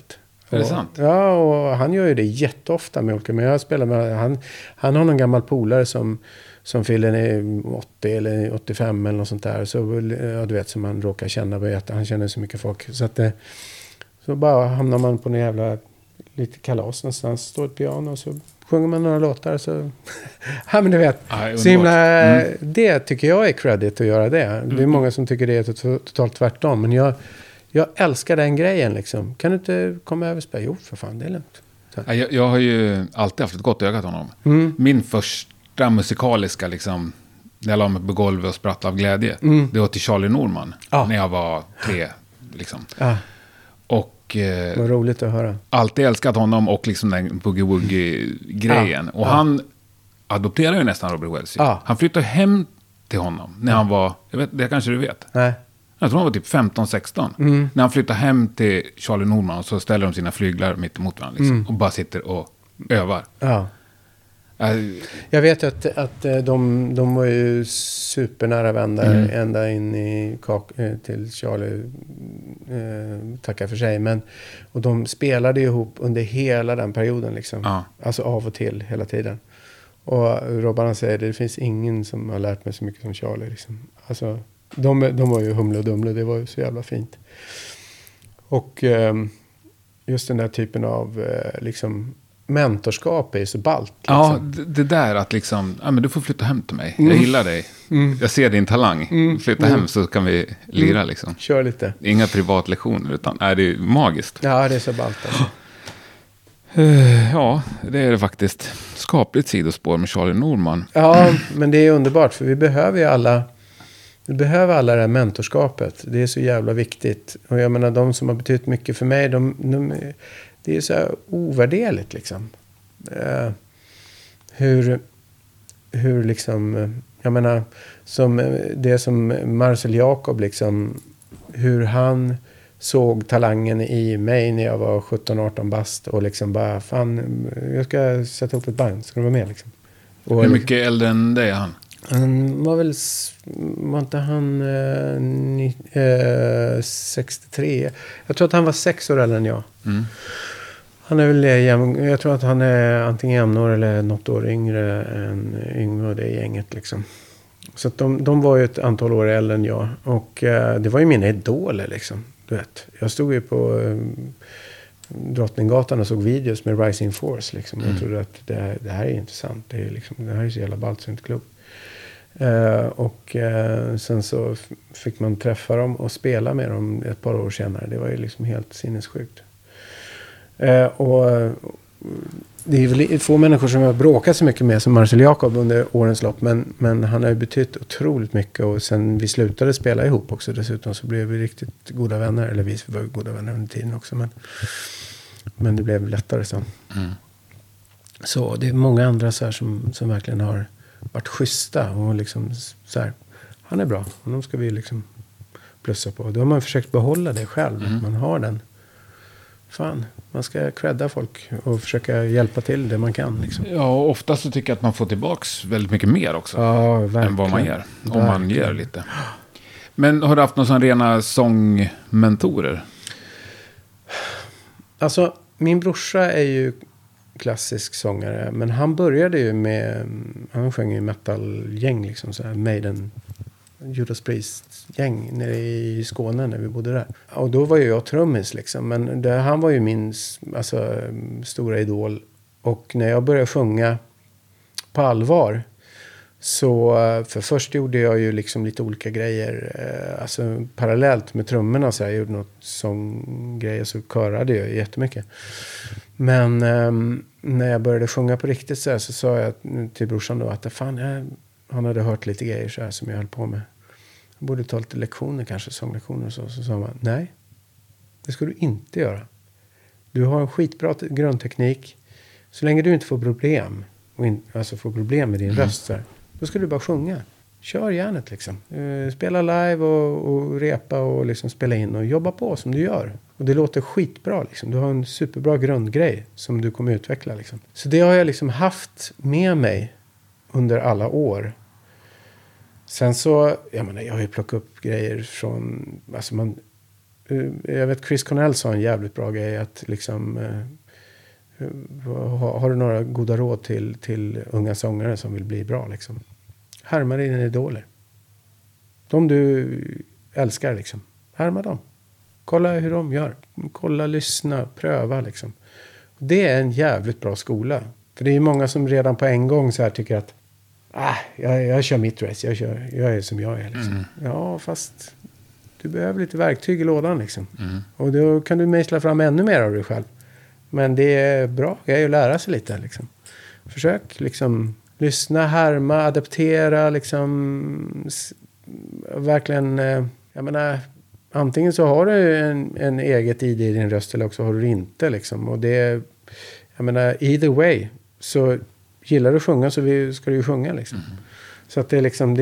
Är det sant? Ja, och han gör ju det jätteofta med olika. Men jag spelar med han har någon gammal polare som fyller i 80 eller 85 eller något sånt där. Så ja, du vet, som man råkar känna. Han känner så mycket folk. Så att så bara hamnar man på en jävla lite kalas någonstans. Står ett piano och så sjunger man några låtar. Så ja, men du vet. Så himla, det tycker jag är credit att göra det. Det är många som tycker det är totalt tvärtom. Men jag älskar den grejen liksom. Kan du inte komma över och spela? Jo, för fan, det är lugnt. Jag har ju alltid haft ett gott öga till honom. Min första musikaliska liksom, när jag la mig på golvet och spratt av glädje, det var till Charlie Norman. När jag var 3 liksom. Och vad roligt att höra. Alltid älskat honom och liksom den boogie-woogie-grejen. Och han adopterade ju nästan Robert Wells. Han flyttade hem till honom när han var, jag vet, det kanske du vet. Nej. Jag tror han var typ 15-16. När han flyttar hem till Charlie Norman och så ställer de sina flyglar mitt emot varandra. Liksom, och bara sitter och övar. Ja. Jag vet att de var ju supernära vänner ända in i till Charlie tackar för sig. Och de spelade ihop under hela den perioden. Liksom. Alltså av och till, hela tiden. Och Robban säger det finns ingen som har lärt mig så mycket som Charlie. Liksom. Alltså... De var ju Humle och Dumle, det var ju så jävla fint. Och just den där typen av liksom mentorskap är så ballt. Liksom. Ja, det där att liksom, men du får flytta hem till mig. Jag gillar dig. Jag ser din talang. Flytta hem så kan vi lira liksom. Kör lite. Inga privatlektioner, utan det är magiskt. Ja, det är så ballt alltså. Ja, det är det faktiskt. Skapligt sidospår med Charlie Norman. Ja, men det är underbart för vi behöver ju alla... Vi behöver alla det här mentorskapet. Det är så jävla viktigt. Och jag menar, de som har betytt mycket för mig, det är så här ovärderligt liksom. Hur liksom, jag menar, som det som Marcel Jacob liksom, hur han såg talangen i mig när jag var 17-18 bast och liksom bara, fan, jag ska sätta upp ett band, ska du vara med liksom. Och hur mycket äldre än dig är han? Han var väl, var inte han 63? Jag tror att han var 6 år äldre än jag. Han är väl, jag tror att han är antingen jämnår eller något år yngre än Yngve och det gänget liksom. Så att de var ju ett antal år äldre än jag. Och det var ju mina idoler liksom. Du vet. Jag stod ju på Drottninggatan och såg videos med Rising Force liksom. Jag trodde att det här är intressant. Det här är så jävla ballt så inte klokt. Sen så fick man träffa dem och spela med dem ett par år senare. Det var ju liksom helt sinnessjukt. Och det är väl få människor som jag bråkat så mycket med som Marcel Jacob under årens lopp. Men han har ju betytt otroligt mycket. Och sen vi slutade spela ihop också dessutom så blev vi riktigt goda vänner. Eller vi var goda vänner under tiden också. Men det blev lättare så. Så det är många andra så här som verkligen har varit schyssta. Och liksom så här, han är bra. Och de ska vi liksom plussa på. Då har man försökt behålla det själv. Man har den. Fan, man ska credda folk och försöka hjälpa till det man kan. Liksom. Ja, och oftast så tycker jag att man får tillbaks väldigt mycket mer också. Ja, verkligen. Än vad man ger. Om man ger lite. Men har du haft någon sån rena sångmentorer? Alltså, min brorsa är ju klassisk sångare. Men han började ju med, han sjöng i metalgäng liksom så här, Maiden, Judas Priest-gäng nere i Skåne när vi bodde där. Och då var ju jag trummis liksom. Men han var ju min stora idol. Och när jag började sjunga på allvar så för först gjorde jag ju liksom lite olika grejer. Alltså parallellt med trummorna så jag gjorde något sånggrejer så körade jag jättemycket. Men när jag började sjunga på riktigt så sa jag till brorsan då att han hade hört lite grejer så här som jag höll på med. Jag borde ta lite lektioner kanske, sånglektioner och så. Så sa man, nej, det ska du inte göra. Du har en skitbra grundteknik. Så länge du inte får problem, alltså får problem med din röst så här, då ska du bara sjunga. Kör järnet liksom. Spela live och repa och liksom spela in och jobba på som du gör. Och det låter skitbra liksom. Du har en superbra grundgrej som du kommer utveckla liksom. Så det har jag liksom haft med mig under alla år. Sen så, jag har ju plockat upp grejer från, alltså jag vet Chris Cornell sa en jävligt bra grej att liksom har du några goda råd till unga sångare som vill bli bra liksom? Härma dina idoler. De du älskar liksom. Härma dem. Kolla hur de gör. Kolla, lyssna, pröva liksom. Det är en jävligt bra skola. För det är ju många som redan på en gång så här tycker att jag kör mitt race. Jag är som jag är liksom. Ja, fast du behöver lite verktyg i lådan liksom. Och då kan du mejsla fram ännu mer av dig själv. Men det är bra. Jag är ju att lära sig lite liksom. Försök liksom lyssna, härma, adaptera liksom. Verkligen, jag menar, antingen så har du en eget ID i din röst eller också har du det inte liksom. Och det, jag menar, either way, så gillar du att sjunga så ska du ju sjunga liksom. Så att det är liksom,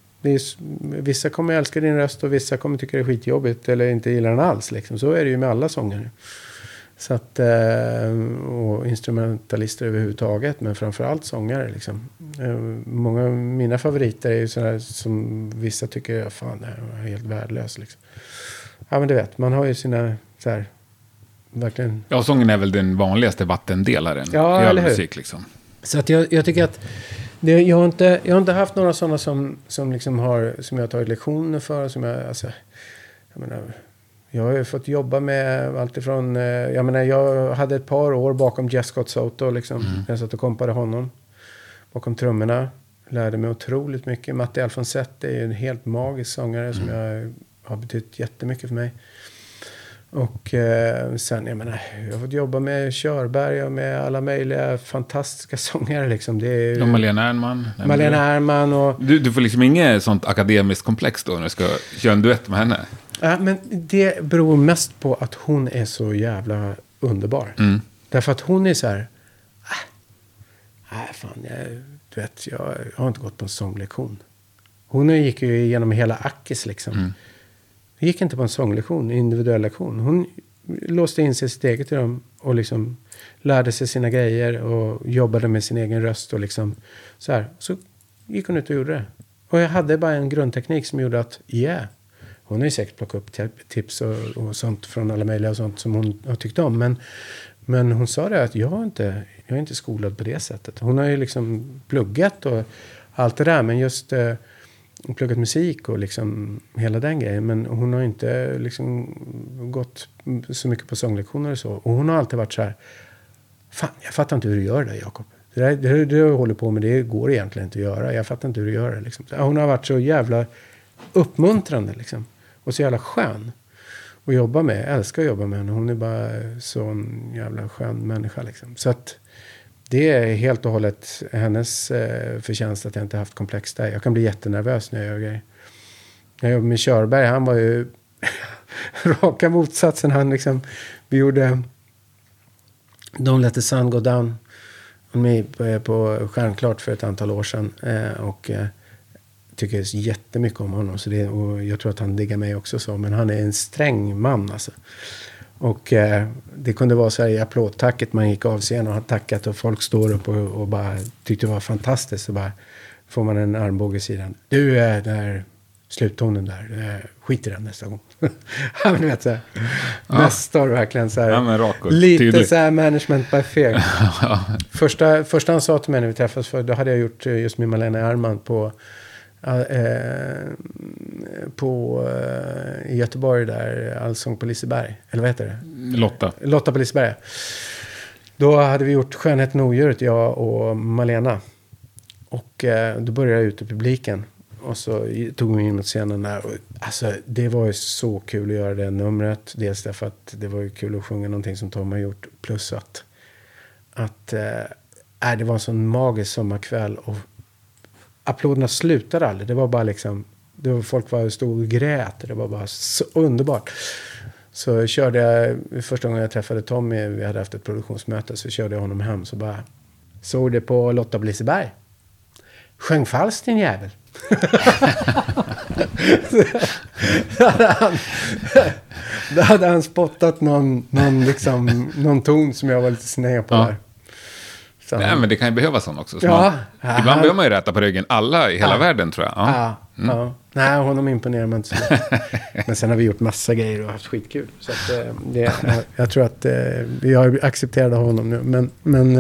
vissa kommer älska din röst och vissa kommer tycka det är skitjobbigt eller inte gillar den alls liksom. Så är det ju med alla sångare. Så att, och instrumentalister överhuvudtaget, men framförallt sångare liksom. Många av mina favoriter är ju sådana som vissa tycker, fan, det här är helt värdelös liksom. Ja, men du vet, man har ju sina så här, verkligen. Ja, sången är väl den vanligaste vattendelaren i all musik liksom. Så att jag tycker att jag har inte haft några sådana som liksom som jag har tagit lektioner för, som jag menar, jag har ju fått jobba med allt ifrån, jag menar, jag hade ett par år bakom Jess Scott Soto liksom. Jag satt och kompade honom bakom trummorna. Lärde mig otroligt mycket. Matti Alfonsetti är ju en helt magisk sångare som jag har betytt jättemycket för mig. Och sen, jag menar, jag har fått jobba med Körberg och med alla möjliga fantastiska sångare liksom. Det är ju Malena Ernman och du får liksom inget sånt akademiskt komplex då när du ska köra en duett med henne. Ja, men det beror mest på att hon är så jävla underbar. Därför att hon är så här, du vet, jag har inte gått på en sånglektion. Hon gick ju igenom hela Ackes liksom. Hon gick inte på en sånglektion, en individuell lektion. Hon låste in sig i sitt eget rum och liksom lärde sig sina grejer och jobbade med sin egen röst och liksom så här. Så gick hon ut och gjorde det. Och jag hade bara en grundteknik som gjorde att, hon har ju säkert plockat upp tips och sånt från alla möjliga och sånt som hon har tyckt om. Men hon sa det att jag är inte skolad på det sättet. Hon har ju liksom pluggat och allt det där. Men just pluggat musik och liksom hela den grejen. Men hon har inte liksom gått så mycket på sånglektioner och så. Och hon har alltid varit så här, fan, jag fattar inte hur du gör det, Jakob. Det du håller på med, det går egentligen inte att göra. Jag fattar inte hur du gör det liksom. Hon har varit så jävla uppmuntrande liksom. Och så jävla skön att jobba med. Jag älskar att jobba med henne. Hon är bara så en jävla skön människa liksom. Så att det är helt och hållet hennes förtjänst att jag inte haft komplex där. Jag kan bli jättenervös när jag gör grejer. Jag jobbade med Körberg. Han var ju raka motsatsen. Han liksom, vi gjorde Don't Let the Sun Go Down on Me på Stjärnklart för ett antal år sedan. Och tycker jättemycket om honom. Så och jag tror att han diggar mig också så. Men han är en sträng man alltså. Och det kunde vara så här i applådtacket. Man gick av scenen och har tackat. Och folk står upp och bara tyckte det var fantastiskt. Så bara får man en armbåge i sidan. Du, den här sluttonen där. Skit i den nästa gång. Ja, men du vet så här. Nästa år verkligen så här. Ja, men lite tydligt. Så här management by fear. Första han sa till mig när vi träffades. För då hade jag gjort just med Malena Ernman i Göteborg där, Allsång på Liseberg, eller vad heter det? Lotta på Liseberg. Då hade vi gjort Skönheten och odjuret, jag och Malena. Och då började jag ut i publiken och så tog vi in mot scenen där och, alltså, det var ju så kul att göra det numret, dels därför att det var ju kul att sjunga någonting som Tom har gjort, plus att det var en sån magisk sommarkväll och applåderna slutade aldrig. Det var bara liksom, folk var stod och grät. Det var bara så underbart. Så körde jag, första gången jag träffade Tommy, vi hade haft ett produktionsmöte, så körde jag honom hem. Så bara, såg det på Lotta på Liseberg. Sjöng falskt din jävel. Då hade han spottat någon ton som jag var lite sned på där. Nej, men det kan ju behövas sån också. Ibland behöver man ju rätta på ryggen. Alla i hela världen, tror jag. Nej, Nej, honom imponerar man inte så mycket. Men sen har vi gjort massa grejer och haft skitkul. Så att, jag tror att vi har accepterat honom nu. Men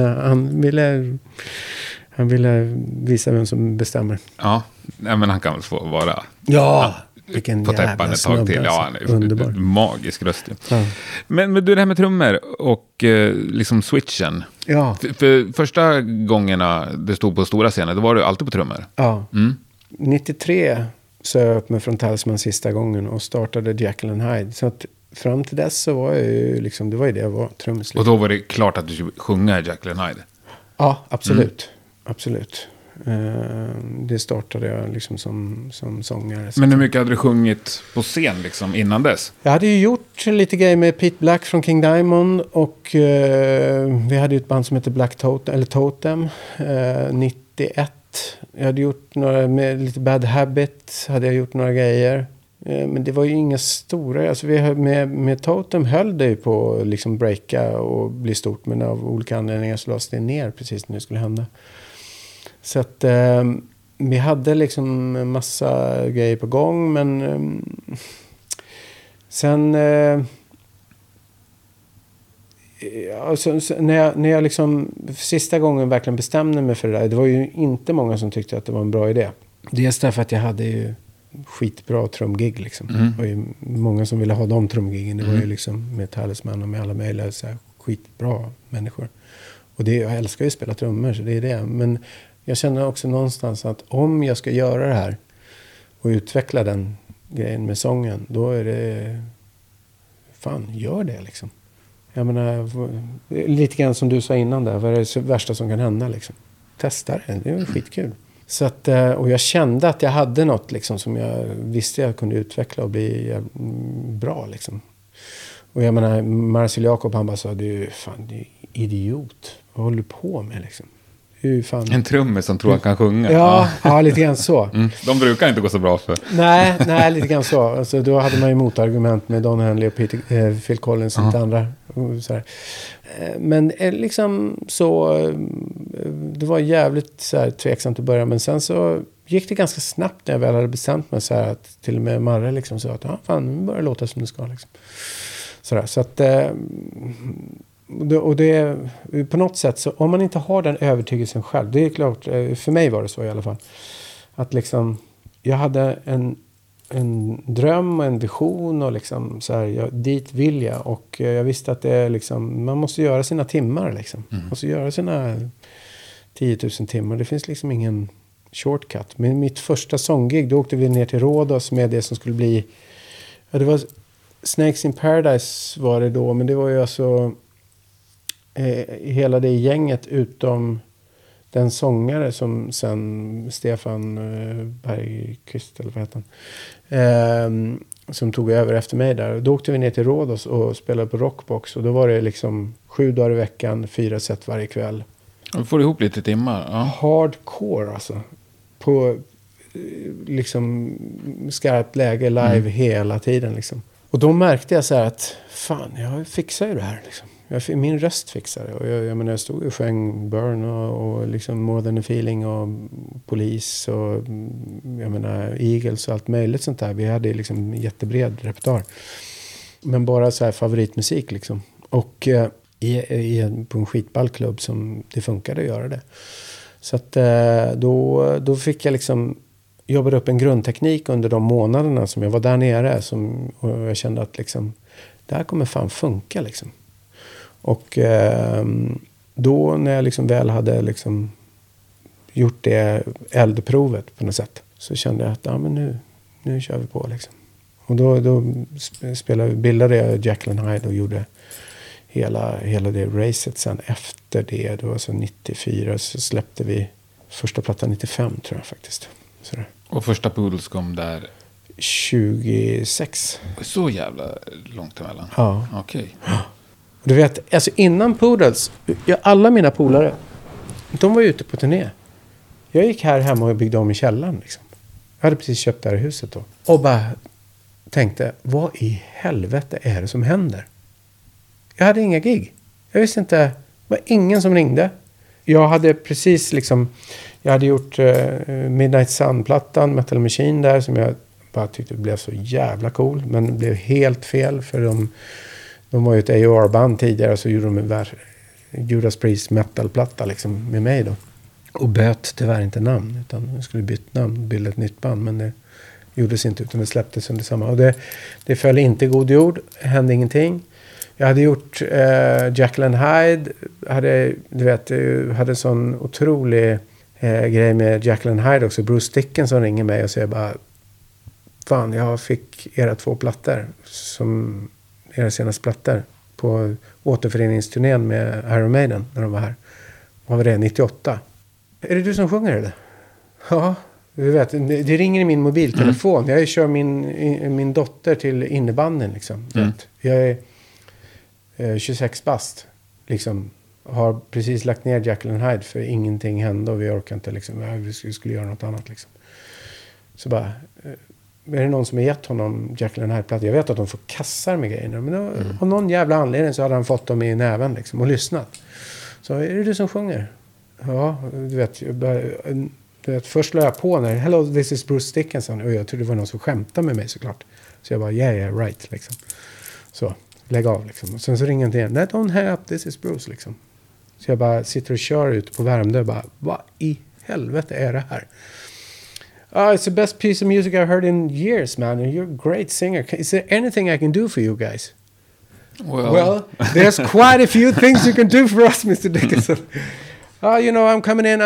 han ville visa vem som bestämmer. Ja, men han kan väl få vara... Ja, vilken på täppan ett tag till. Ja, han är underbar. Magisk röst. Ja. Men du, det här med trummor och liksom switchen. Ja. För första gångerna det stod på stora scener, då var du alltid på trummor. Ja. 93 så jag upp med från Talisman sista gången och startade Jekyll and Hyde. Så att fram till dess så var jag ju liksom, det var ju det jag var, trummisläggare. Och då var det klart att du skulle sjunga Jekyll and Hyde? Ja, absolut. Absolut. Det startade jag liksom som sångare. Men hur mycket hade du sjungit på scen liksom innan dess? Jag hade ju gjort lite grejer med Pete Black från King Diamond och vi hade ju ett band som heter Black Totem 91. Jag hade gjort några med lite Bad Habit, hade jag gjort några grejer. Men det var ju inga stora, alltså med Totem höll det ju på liksom breaka och bli stort, men av olika anledningar så lades det ner precis när det skulle hända. Så att vi hade liksom en massa grejer på gång, men sen när jag liksom sista gången verkligen bestämde mig för det där, det var ju inte många som tyckte att det var en bra idé. Dels därför att jag hade ju skitbra trumgig liksom. Det var ju många som ville ha de trumgiggen. Det var ju liksom med Talisman och med alla möjliga så här skitbra människor. Och jag älskar ju att spela trummor, så det är det. Men jag känner också någonstans att om jag ska göra det här och utveckla den grejen med sången, då är det fan, gör det liksom. Jag menar, lite grann som du sa innan där, vad är det värsta som kan hända liksom? Testa det, det är skitkul. Så att, och jag kände att jag hade något liksom som jag visste jag kunde utveckla och bli bra liksom. Och jag menar, Marcel Jacob, han bara sa, du är idiot. Vad håller du på med liksom? Fan. En trummer som tror han kan sjunga. Ja, lite grann så. De brukar inte gå så bra för. Nej, lite grann så. Alltså, då hade man ju motargument med Don Henley och Phil Collins och andra. Och så här. Men liksom så, det var jävligt så här, tveksamt att börja. Men sen så gick det ganska snabbt när jag väl hade bestämt mig så här, att till och med Marre liksom sa att nu börjar det låta som det ska liksom. Så att och det på något sätt så om man inte har den övertygelsen själv, det är klart, för mig var det så i alla fall, att liksom jag hade en dröm och en vision och liksom så här, dit vill jag, och jag visste att det är liksom, man måste göra sina timmar liksom. Måste göra sina 10 000 timmar. Det finns liksom ingen shortcut. Men mitt första sånggig, då åkte vi ner till Rhodos med det som skulle bli, det var Snakes in Paradise var det då, men det var ju alltså hela det gänget utom den sångare som sen Stefan Bergqvist, eller vad heter han, som tog över efter mig där. Då åkte vi ner till Rhodos och spelade på Rockbox, och då var det liksom 7 dagar i veckan, 4 set varje kväll. Och får ihop lite timmar. Ja. Hardcore alltså. På liksom skarpt läge live hela tiden liksom. Och då märkte jag så här att fan, jag fixar ju det här liksom. Min röst fixar det. Och jag menar, jag stod och sjöng Burn och liksom More Than A Feeling och Police och jag menar Eagles och allt möjligt sånt där. Vi hade liksom jättebred repertoar. Men bara så här favoritmusik liksom. Och på en skitballklubb som det funkade att göra det. Så att då fick jag liksom jobbade upp en grundteknik under de månaderna som jag var där nere, och jag kände att liksom, det här kommer fan funka liksom. Och då när jag liksom väl hade liksom gjort det eldprovet på något sätt, så kände jag att men nu kör vi på liksom. Och då bildade jag Jekyll and Hyde och gjorde hela det racet. Sen efter det, då alltså 94, så släppte vi första plattan 95 tror jag faktiskt. Sådär. Och första Poodles kom där? 26. Så jävla långt emellan? Ja. Okej. Och du vet, alltså innan Poodles, alla mina polare, de var ute på turné. Jag gick här hemma och byggde om i källaren liksom. Jag hade precis köpt det här huset då. Och bara tänkte, vad i helvete är det som händer? Jag hade inga gig. Jag visste inte, det var ingen som ringde. Jag hade precis liksom, jag hade gjort Midnight Sun-plattan, Metal Machine där, som jag Bara tyckte det blev så jävla cool. Men det blev helt fel för de var ju ett AOR-band tidigare, så gjorde de en Judas Priest metal-platta liksom med mig då. Och böt tyvärr inte namn, utan de skulle byta namn och bilda ett nytt band, men det gjordes inte, utan det släpptes under samma. Och det föll inte i god jord, hände ingenting. Jag hade gjort Jekyll and Hyde, hade en sån otrolig grej med Jekyll and Hyde också. Bruce Dickinson ringer mig och säger bara, fan, jag fick era 2 plattor, som era senaste plattor på återföreningsturnén med Iron Maiden när de var här. Vad var det? 98. Är det du som sjunger eller? Ja, du vet, det ringer i min mobiltelefon. Jag kör min dotter till innebanden liksom. Jag är 26 bast. Liksom, har precis lagt ner Jekyll and Hyde för ingenting hände och vi orkar inte liksom. Vi skulle göra något annat liksom. Så bara, är det någon som har gett honom Jekyll and Hyde-plattor? Jag vet att de får kassar med grejerna, men av någon jävla anledning så hade han fått dem i näven liksom och lyssnat. Så är det du som sjunger? Ja, du vet, först la jag på när Hello, this is Bruce Dickinson, och jag trodde det var någon som skämtade med mig såklart. Så jag bara, yeah, right liksom. Så, lägg av liksom. Och sen så ringer han till igen, don't hang up, this is Bruce liksom. Så jag bara sitter och kör ut på Värmdö och bara, vad i helvete är det här? It's the best piece of music I've heard in years, man. And you're a great singer. Is there anything I can do for you guys? Well, there's quite a few things you can do for us, Mr. Dickinson. I'm coming in.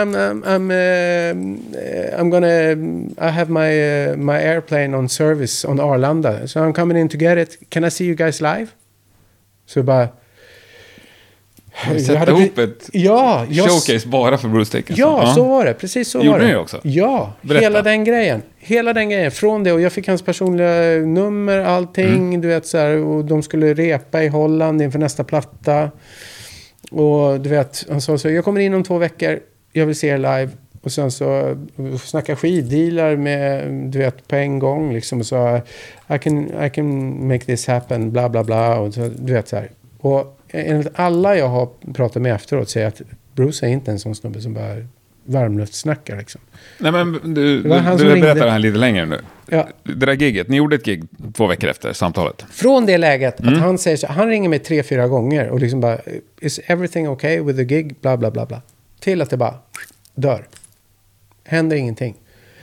I have my airplane on service on Arlanda, so I'm coming in to get it. Can I see you guys live? Så bara. Sätta ihop ett showcase bara för Bruce Dickinson. Ja, så var det. Precis så var det. Gjorde ni också? Ja, berätta. Hela den grejen. Från det, och jag fick hans personliga nummer, allting. Du vet så här, och de skulle repa i Holland inför nästa platta. Och du vet, han sa så, jag kommer in om 2 veckor. Jag vill se er live. Och sen så snacka skiddealar med, du vet, på en gång liksom. Och så, I can make this happen, bla bla bla. Och så, du vet så här. Och enligt alla jag har pratat med efteråt säger att Bruce är inte en sån snubbe som bara varmluftssnackar liksom. Nej, men du berättar det här lite längre nu. Ja. Det där gigget, ni gjorde ett gig 2 veckor efter samtalet. Från det läget att han säger så, han ringer mig 3-4 gånger och liksom bara, is everything okay with the gig, bla bla bla bla. Till att det bara dör. Händer ingenting.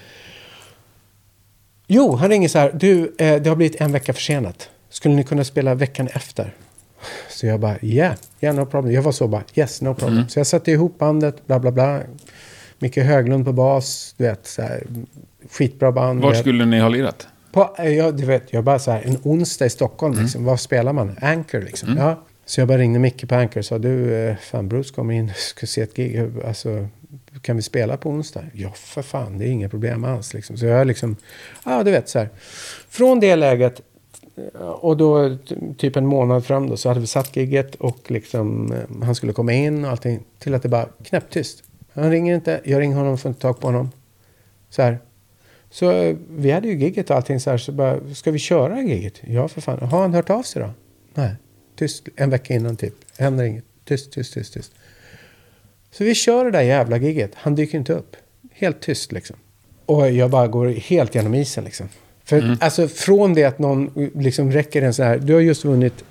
Jo, han ringer så här, du, det har blivit 1 vecka försenat. Skulle ni kunna spela veckan efter? Så jag bara, yeah, no problem. Jag var så bara, yes, no problem. Så jag satte ihop bandet, bla bla bla. Micke Höglund på bas, du vet, så här, skitbra band. Var skulle ni ha lirat? Du vet, jag bara så här, en onsdag i Stockholm, liksom, vad spelar man? Anchor, liksom. Ja. Så jag bara ringde Micke på Anchor och sa, du, fan, Bruce kommer in, ska se ett gig, alltså, kan vi spela på onsdag? Ja, för fan, det är inga problem alls, liksom. Så jag liksom, du vet, så här. Från det läget, och då typ en månad fram då, så hade vi satt gigget och liksom han skulle komma in och allting, till att det bara knäpptyst. Han ringer inte, jag ringer honom och får inte tag på honom. Så här. Så vi hade ju gigget och allting så här, så bara, ska vi köra gigget? Ja, för fan. Har han hört av sig då? Nej, tyst. 1 vecka innan typ. Händer inget. Tyst. Så vi kör det där jävla gigget. Han dyker inte upp. Helt tyst liksom. Och jag bara går helt genom isen liksom. För alltså från det att någon liksom räcker en så här, du har just vunnit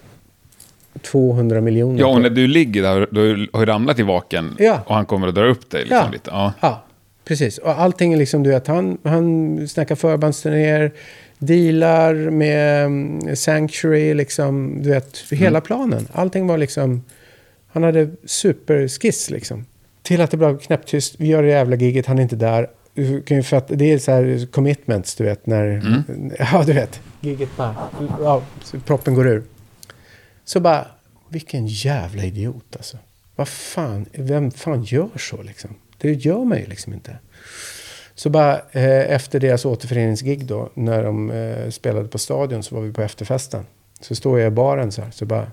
200 miljoner. Ja, och när du ligger där, du har ju ramlat i vaken och han kommer att dra upp dig liksom lite. Ja, precis. Och allting är liksom, du vet, han snackar förbandsturnéer, dealar med Sanctuary liksom, du vet, hela planen. Allting var liksom, han hade superskiss liksom. Till att det blev knäpptyst, vi gör det jävla giget, han är inte där. För att det är så här commitments, du vet, när du vet, giget bara, proppen går ur. Så bara, vilken jävla idiot alltså. Vem fan gör så liksom? Det gör man ju liksom inte. Så bara efter deras återföreningsgig då, när de spelade på stadion, så var vi på efterfesten. Så står jag i baren så här, så bara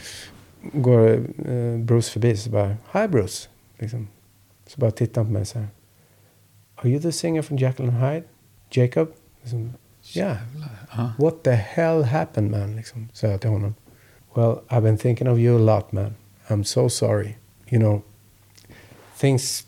går Bruce förbi, så bara, hi Bruce liksom. Så bara tittar han på mig så här. Are you the singer from Jekyll and Hyde? Jacob? Liksom, yeah. What the hell happened, man? Liksom, sa jag till honom. Well, I've been thinking of you a lot, man. I'm so sorry. You know, things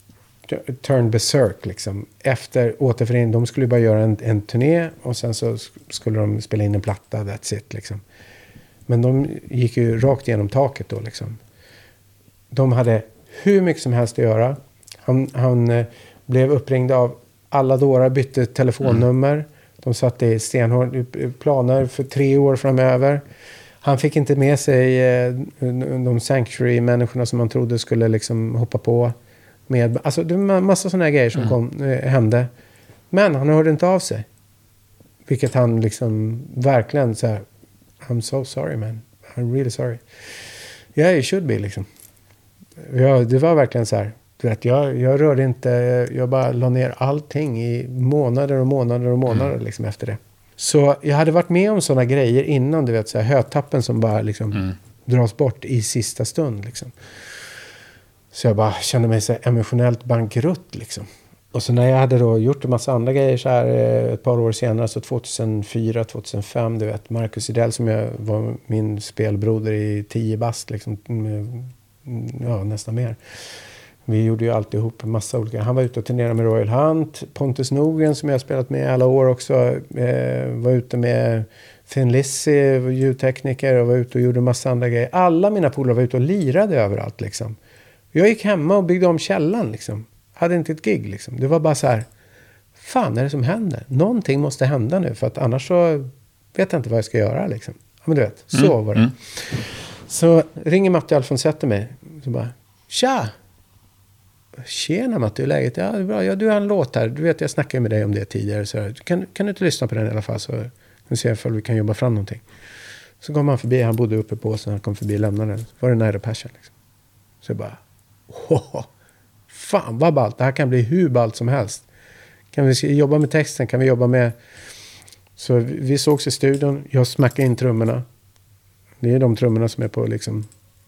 turn berserk liksom. Efter återföreningen, de skulle bara göra en turné och sen så skulle de spela in en platta, that's it liksom. Men de gick ju rakt igenom taket då liksom. De hade hur mycket som helst att göra. Han blev uppringd av alla dårar, bytte telefonnummer. De satte i stenhård planer för 3 år framöver. Han fick inte med sig de Sanctuary-människorna som man trodde skulle liksom hoppa på. Alltså det var en massa sådana grejer som hände. Men han hörde inte av sig. Vilket han liksom verkligen så här, I'm so sorry man. I'm really sorry. Yeah, you should be liksom. Ja, det var verkligen så här. Du vet, jag rörde inte, jag bara la ner allting i månader liksom efter det. Så jag hade varit med om sådana grejer innan, du vet, så här hötappen som bara liksom dras bort i sista stund liksom. Så jag bara kände mig så emotionellt bankrutt liksom. Och så när jag hade då gjort en massa andra grejer så här ett par år senare, så 2004, 2005, du vet, Marcus Idell som jag var min spelbroder i 10 bast liksom, ja, nästan mer. Vi gjorde ju alltid ihop en massa olika. Han var ute och turnerade med Royal Hunt. Pontus Nogren som jag har spelat med i alla år också. Var ute med Thin Lizzy, ljudtekniker, och var ute och gjorde en massa andra grejer. Alla mina polare var ute och lirade överallt liksom. Jag gick hemma och byggde om källan liksom. Hade inte ett gig liksom. Det var bara så här, fan är det som händer? Någonting måste hända nu, för att annars så vet jag inte vad jag ska göra liksom. Ja, men du vet, så var det. Så ringer Matti Alfonsetti mig. Så bara, tja! Tjena Matti, hur är läget? Ja, det är bra. Ja, du har en låt här. Du vet, jag snackade med dig om det tidigare. Så kan du inte lyssna på den i alla fall, så kan vi se ifall vi kan jobba fram någonting. Så kom han förbi. Han bodde uppe på oss. Han kom förbi och lämnade den. Så var det Night of Passion liksom. Så jag bara, fan vad ballt. Det här kan bli hur ballt som helst. Kan vi jobba med texten? Kan vi jobba med... Så vi sågs i studion. Jag smackade in trummorna. Det är de trummorna som är på liksom...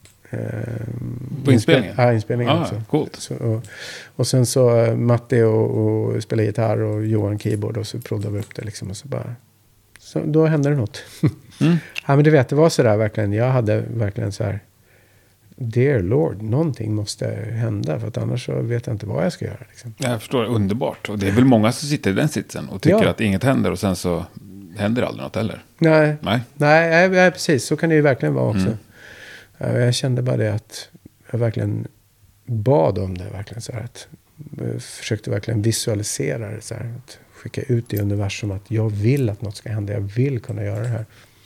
på inspelningen? Ja, inspelningen också. Coolt. Så, och sen så Matti och spelade gitarr och Johan keyboard, och så proddade vi upp det liksom, och så bara... Så då hände det något. Ja, men du vet, det var så där verkligen. Jag hade verkligen så här... Dear Lord, någonting måste hända, för att annars så vet jag inte vad jag ska göra liksom. Jag förstår, underbart. Och det är väl många som sitter i den sitsen och tycker att inget händer, och sen så händer aldrig något heller. Nej, precis. Så kan det ju verkligen vara också. Jag kände bara det att jag verkligen bad om det, verkligen så här, att jag försökte verkligen visualisera det så här, att skicka ut i universum att jag vill att något ska hända, jag vill kunna göra det här.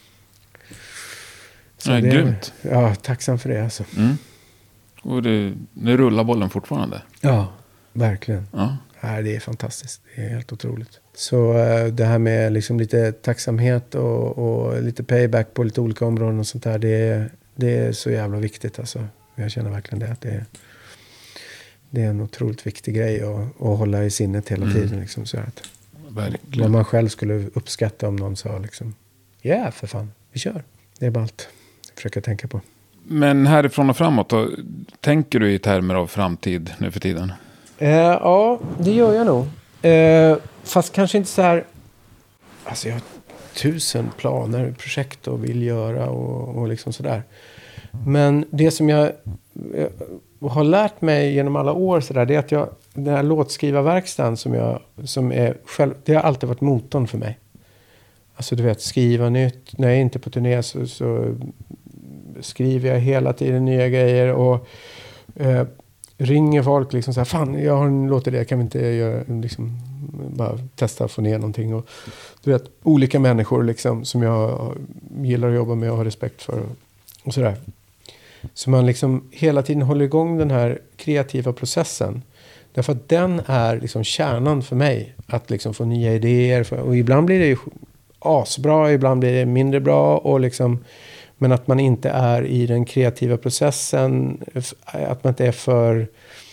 Så det, grymt. Ja, tacksam för det alltså. Och nu rullar bollen fortfarande. Ja, verkligen. Ja. Det är fantastiskt. Det är helt otroligt. Så det här med liksom lite tacksamhet och lite payback på lite olika områden och sånt där, det är så jävla viktigt alltså. Jag känner verkligen det, att det är en otroligt viktig grej att hålla i sinnet hela tiden liksom, så att vad man själv skulle uppskatta om någon sa liksom, för fan, vi kör. Det är bara allt jag försöker tänka på. Men härifrån och framåt då, tänker du i termer av framtid nu för tiden? Ja, det gör jag nog. Fast kanske inte så här... Alltså jag har 1000 planer, projekt och vill göra och liksom sådär. Men det som jag har lärt mig genom alla år sådär, det är att den här låtskrivarverkstan som är själv, det har alltid varit motorn för mig. Alltså du vet, skriva nytt. När jag är inte på turné så skriver jag hela tiden nya grejer och ringer folk liksom så här, fan jag har en låt i det, kan vi inte göra liksom, bara testa att få ner någonting, och du vet, olika människor liksom som jag gillar att jobba med och har respekt för och sådär. Så man liksom hela tiden håller igång den här kreativa processen, därför att den är liksom kärnan för mig, att liksom få nya idéer, och ibland blir det ju asbra, ibland blir det mindre bra, och liksom, men att man inte är i den kreativa processen, att man inte är för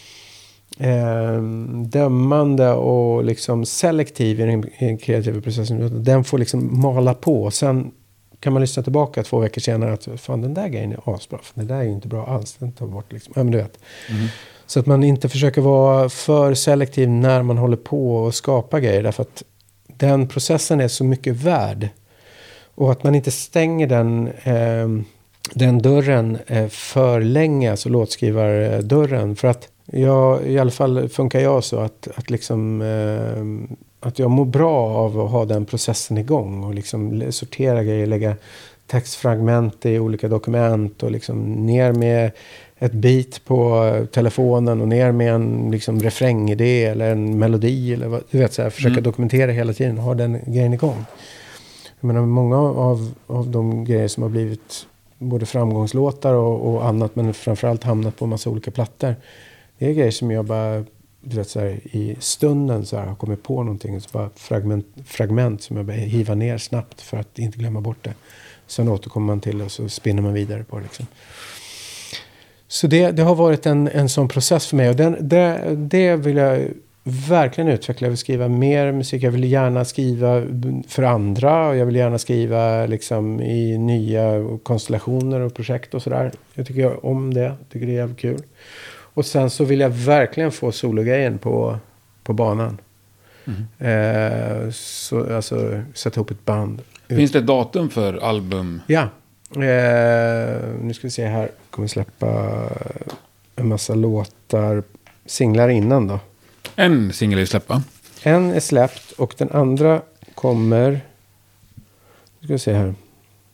dömande och liksom selektiv i den kreativa processen. Den får liksom mala på. Sen kan man lyssna tillbaka 2 veckor senare att fan, den där grejen är asbra, för det där är ju inte bra alls. Den tar bort liksom. Ja, men du vet. Så att man inte försöker vara för selektiv när man håller på och skapar grejer, därför att den processen är så mycket värd. Och att man inte stänger den dörren för länge, alltså låtskrivar dörren. För att I alla fall funkar jag så att liksom att jag mår bra av att ha den processen igång och liksom sortera grejer, lägga textfragment i olika dokument och liksom ner med ett bit på telefonen och ner med en liksom refrängidé eller en melodi eller vad, du vet så här, försöka dokumentera hela tiden och ha den grejen igång. Jag menar, många av de grejer som har blivit både framgångslåtar och annat, men framförallt hamnat på en massa olika plattor. Det är grejer som jag bara, du vet så här, i stunden så här, har kommit på någonting. Så bara fragment som jag bara hivar ner snabbt för att inte glömma bort det. Sen återkommer man till och så spinner man vidare på det liksom. Så det har varit en sån process för mig. Och det vill jag verkligen utveckla. Jag vill skriva mer musik. Jag vill gärna skriva för andra. Och jag vill gärna skriva liksom i nya konstellationer och projekt och sådär. Jag tycker om det. Jag tycker det är jävligt kul. Och sen så vill jag verkligen få sologrejen på banan. Så, alltså sätta ihop ett band. Finns det ett datum för album? Ja. Nu ska vi se här. Kommer släppa en massa låtar. Singlar innan då. En singel är släppa. En är släppt och den andra kommer. Nu ska vi se här.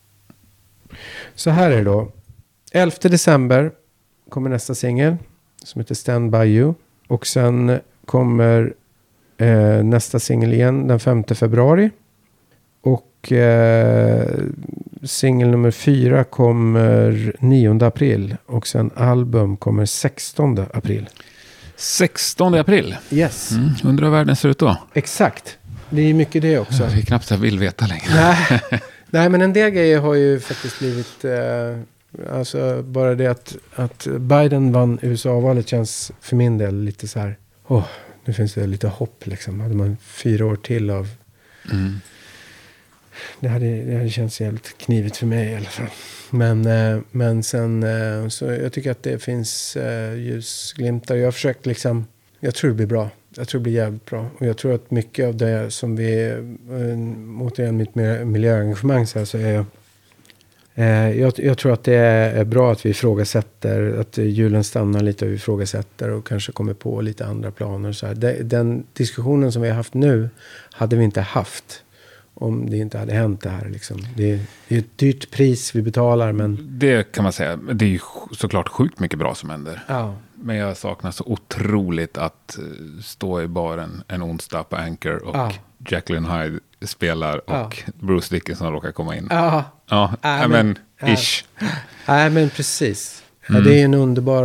Så här är det då. 11 december kommer nästa singel. Som heter Stand By You. Och sen kommer nästa singel igen den 5 februari. Och singel nummer 4 kommer 9 april. Och sen album kommer 16 april. 16 april? Yes. Undrar hur världen ser ut då? Exakt. Det är mycket det också. Det är knappt jag vill veta längre. Nej, men en del grejer har ju faktiskt blivit... alltså bara det att Biden vann USA-valet känns för min del lite så här... nu finns det lite hopp liksom. Hade man 4 år till av... Det hade känts jävligt knivigt för mig i alla fall. Men sen så jag tycker att det finns ljusglimtar. Jag har försökt liksom... Jag tror det blir bra. Jag tror det blir jävligt bra. Och jag tror att mycket av det som vi... återigen mitt miljöengagemang så är jag tror att det är bra att vi ifrågasätter, att hjulen stannar lite och vi ifrågasätter och kanske kommer på lite andra planer. Så här. Den diskussionen som vi har haft nu hade vi inte haft om det inte hade hänt det här. Liksom. Det är ett dyrt pris vi betalar, men... Det kan man säga. Det är ju såklart sjukt mycket bra som händer. Ja. Men jag saknar så otroligt att stå i baren en onsdag på Anchor och Jacqueline Hyde spelar och Bruce Dickinson råkar komma in. Ja, men ish. Nej, men precis. Ja, det är en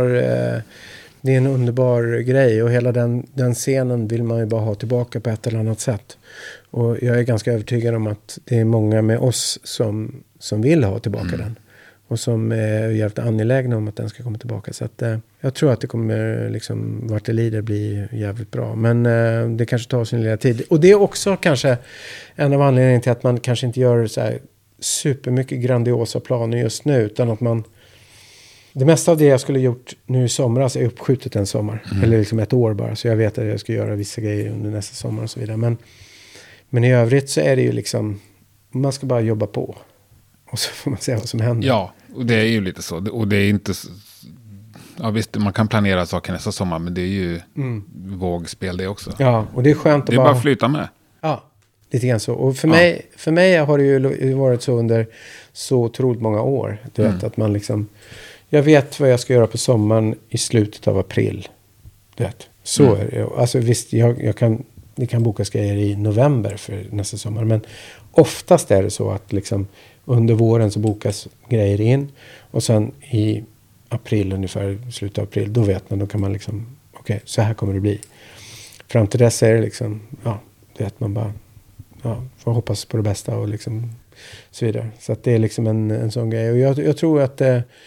underbar grej och hela den scenen vill man ju bara ha tillbaka på ett eller annat sätt. Och jag är ganska övertygad om att det är många med oss som vill ha tillbaka den. Och som är jävligt angelägna om att den ska komma tillbaka. Så att, jag tror att det kommer liksom, vart det lider bli jävligt bra. Men det kanske tar sin lilla tid. Och det är också kanske en av anledningarna till att man kanske inte gör så här supermycket grandiosa planer just nu. Utan att man... Det mesta av det jag skulle gjort nu i somras är uppskjutet en sommar. Eller liksom ett år bara. Så jag vet att jag ska göra vissa grejer under nästa sommar och så vidare. Men i övrigt så är det ju liksom... Man ska bara jobba på. Och så får man se vad som händer. Ja, och det är ju lite så. Och det är inte... Ja visst, man kan planera saker nästa sommar. Men det är ju vågspel det också. Ja, och det är skönt att bara flyta med. Ja, lite grann så. Och för mig har det ju varit så under så otroligt många år. Du vet att man liksom... Jag vet vad jag ska göra på sommaren i slutet av april. Du vet, så är det. Alltså visst, vi kan boka grejer i november för nästa sommar. Men oftast är det så att liksom under våren så bokas grejer in. Och sen i april ungefär, slutet av april, då vet man, då kan man liksom, okej, så här kommer det bli. Fram till dess är det liksom, du vet, man bara får hoppas på det bästa och liksom så vidare. Så att det är liksom en sån grej. Och jag tror att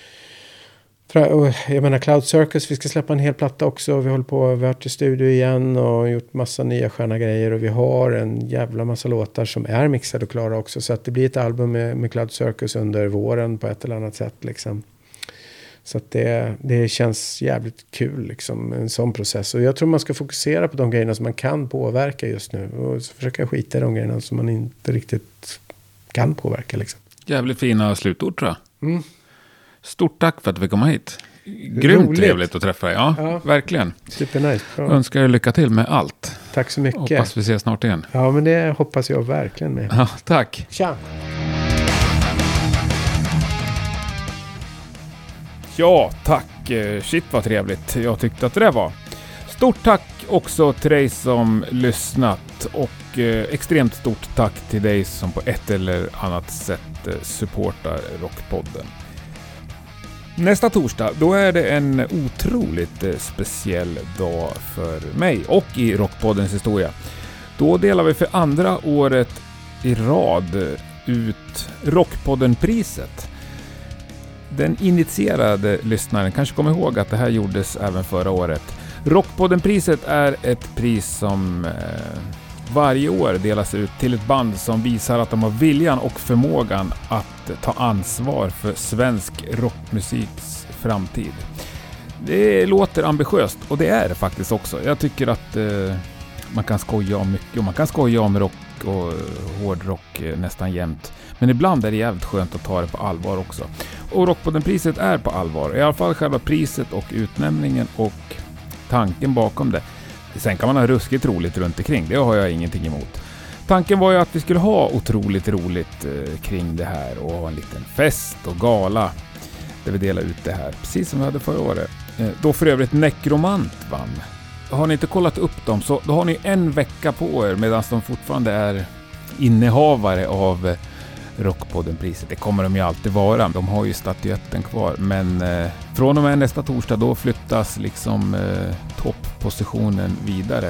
jag menar Cloud Circus, vi ska släppa en hel platta också. Vi har varit i studio igen och gjort massa nya sköna grejer. Och vi har en jävla massa låtar som är mixade och klara också. Så att det blir ett album med Cloud Circus under våren på ett eller annat sätt liksom. Så att det känns jävligt kul liksom, en sån process. Och jag tror man ska fokusera på de grejerna som man kan påverka just nu. Och försöka skita i de grejerna som man inte riktigt kan påverka liksom. Jävligt fina slutord tror jag. Stort tack för att vi kom hit. Grymt trevligt att träffa dig. Ja, verkligen. Supernice. Bra. Önskar er lycka till med allt. Tack så mycket. Hoppas vi ses snart igen. Ja, men det hoppas jag verkligen med. Ja, tack. Tja. Ja, tack. Shit vad trevligt. Jag tyckte att det var. Stort tack också till dig som lyssnat och extremt stort tack till dig som på ett eller annat sätt supportar Rockpodden. Nästa torsdag, då är det en otroligt speciell dag för mig och i Rockpoddens historia. Då delar vi för andra året i rad ut Rockpodden-priset. Den initierade lyssnaren kanske kommer ihåg att det här gjordes även förra året. Rockpodden-priset är ett pris som varje år delas ut till ett band som visar att de har viljan och förmågan att ta ansvar för svensk rockmusiks framtid. Det låter ambitiöst och det är det faktiskt också. Jag tycker att man kan skoja om mycket och man kan skoja om rock och hårdrock nästan jämt. Men ibland är det jävligt skönt att ta det på allvar också. Och Rockpodden-priset är på allvar. I alla fall själva priset och utnämningen och tanken bakom det. Sen kan man ha ruskigt roligt runt omkring. Det har jag ingenting emot. Tanken var ju att vi skulle ha otroligt roligt kring det här och ha en liten fest och gala där vi delar ut det här. Precis som vi hade förra året. Då för övrigt Necromant vann. Har ni inte kollat upp dem så då har ni en vecka på er medan de fortfarande är innehavare av Rockpodden-priset. Det kommer de ju alltid vara. De har ju statyetten kvar. Men från och med nästa torsdag då flyttas liksom topppositionen vidare.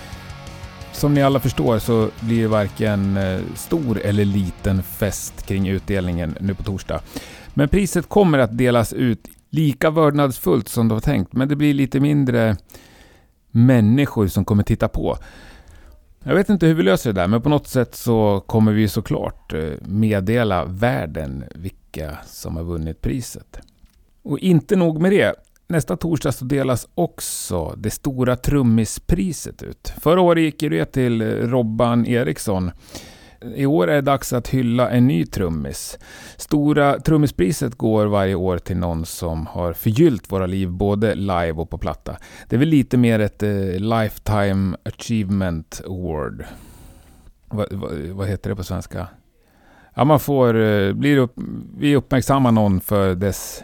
Som ni alla förstår så blir det varken stor eller liten fest kring utdelningen nu på torsdag. Men priset kommer att delas ut lika vördnadsfullt som det var tänkt. Men det blir lite mindre människor som kommer titta på. Jag vet inte hur vi löser det där, men på något sätt så kommer vi såklart meddela världen vilka som har vunnit priset. Och inte nog med det. Nästa torsdag så delas också det stora trummispriset ut. Förra året gick det till Robban Eriksson. I år är det dags att hylla en ny trummis. Stora trummispriset går varje år till någon som har förgyllt våra liv både live och på platta. Det är väl lite mer ett Lifetime Achievement Award. Vad heter det på svenska? Ja, man får vi uppmärksammar någon för dess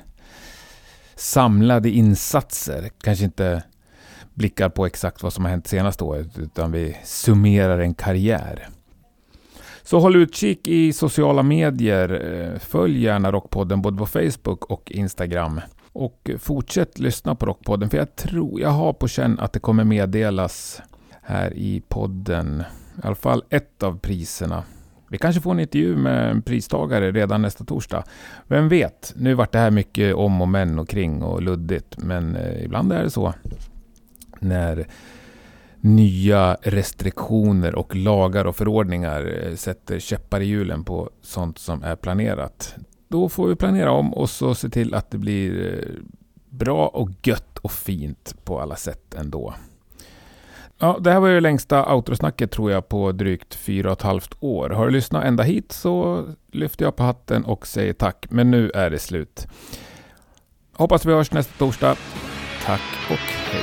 samlade insatser. Kanske inte blickar på exakt vad som har hänt senaste året utan vi summerar en karriär. Så håll utkik i sociala medier. Följ gärna Rockpodden både på Facebook och Instagram. Och fortsätt lyssna på Rockpodden för jag har på känn att det kommer meddelas här i podden. I alla fall ett av priserna. Vi kanske får en intervju med en pristagare redan nästa torsdag. Vem vet, nu vart det här mycket om och men och kring och luddigt. Men ibland är det så. När nya restriktioner och lagar och förordningar sätter käppar i hjulen på sånt som är planerat. Då får vi planera om och så se till att det blir bra och gött och fint på alla sätt ändå. Ja, det här var ju längsta outrosnacket tror jag på drygt 4,5 år. Har du lyssnat ända hit så lyfter jag på hatten och säger tack. Men nu är det slut. Hoppas vi hörs nästa torsdag. Tack och hej.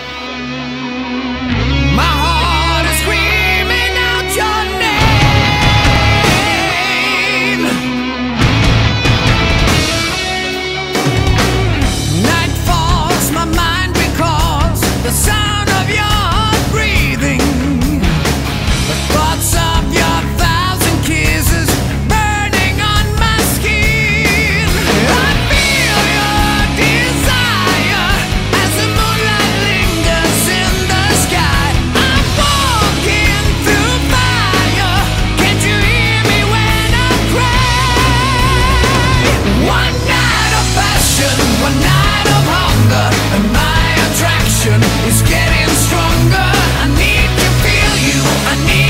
The sound of your heart breathing, the thoughts of your 1,000 kisses burning on my skin. I feel your desire as the moonlight lingers in the sky. I'm walking through fire. Can't you hear me when I cry? One night of passion, one night of hunger, and my attraction is getting stronger. I need to feel you, I need